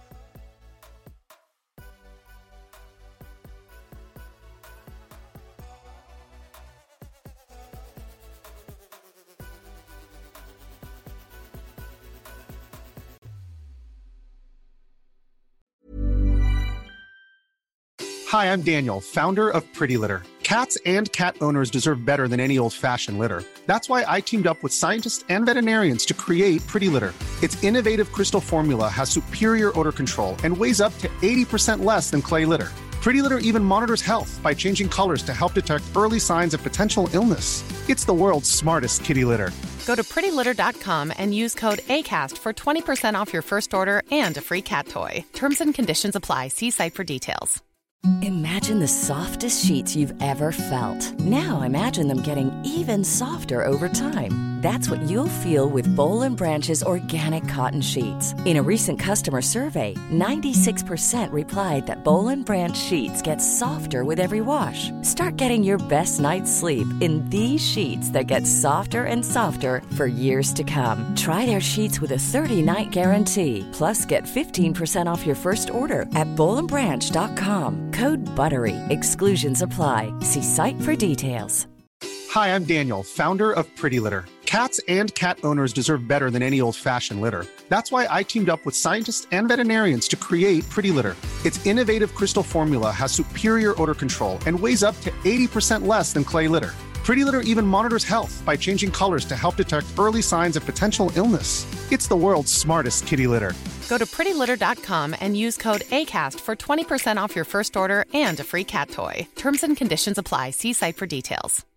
S1: Hi, I'm Daniel, founder of Pretty Litter. Cats and cat owners deserve better than any old-fashioned litter. That's why I teamed up with scientists and veterinarians to create Pretty Litter. Its innovative crystal formula has superior odor control and weighs up to eighty percent less than clay litter. Pretty Litter even monitors health by changing colors to help detect early signs of potential illness. It's the world's smartest kitty litter.
S2: Go to pretty litter dot com and use code ACAST for twenty percent off your first order and a free cat toy. Terms and conditions apply. See site for details.
S4: Imagine the softest sheets you've ever felt. Now imagine them getting even softer over time. That's what you'll feel with Boll and Branch's organic cotton sheets. In a recent customer survey, ninety-six percent replied that Boll and Branch sheets get softer with every wash. Start getting your best night's sleep in these sheets that get softer and softer for years to come. Try their sheets with a thirty-night guarantee. Plus, get fifteen percent off your first order at boll and branch dot com. Code BUTTERY. Exclusions apply. See site for details.
S1: Hi, I'm Daniel, founder of Pretty Litter. Cats and cat owners deserve better than any old-fashioned litter. That's why I teamed up with scientists and veterinarians to create Pretty Litter. Its innovative crystal formula has superior odor control and weighs up to eighty percent less than clay litter. Pretty Litter even monitors health by changing colors to help detect early signs of potential illness. It's the world's smartest kitty litter.
S2: Go to pretty litter dot com and use code ACAST for twenty percent off your first order and a free cat toy. Terms and conditions apply. See site for details.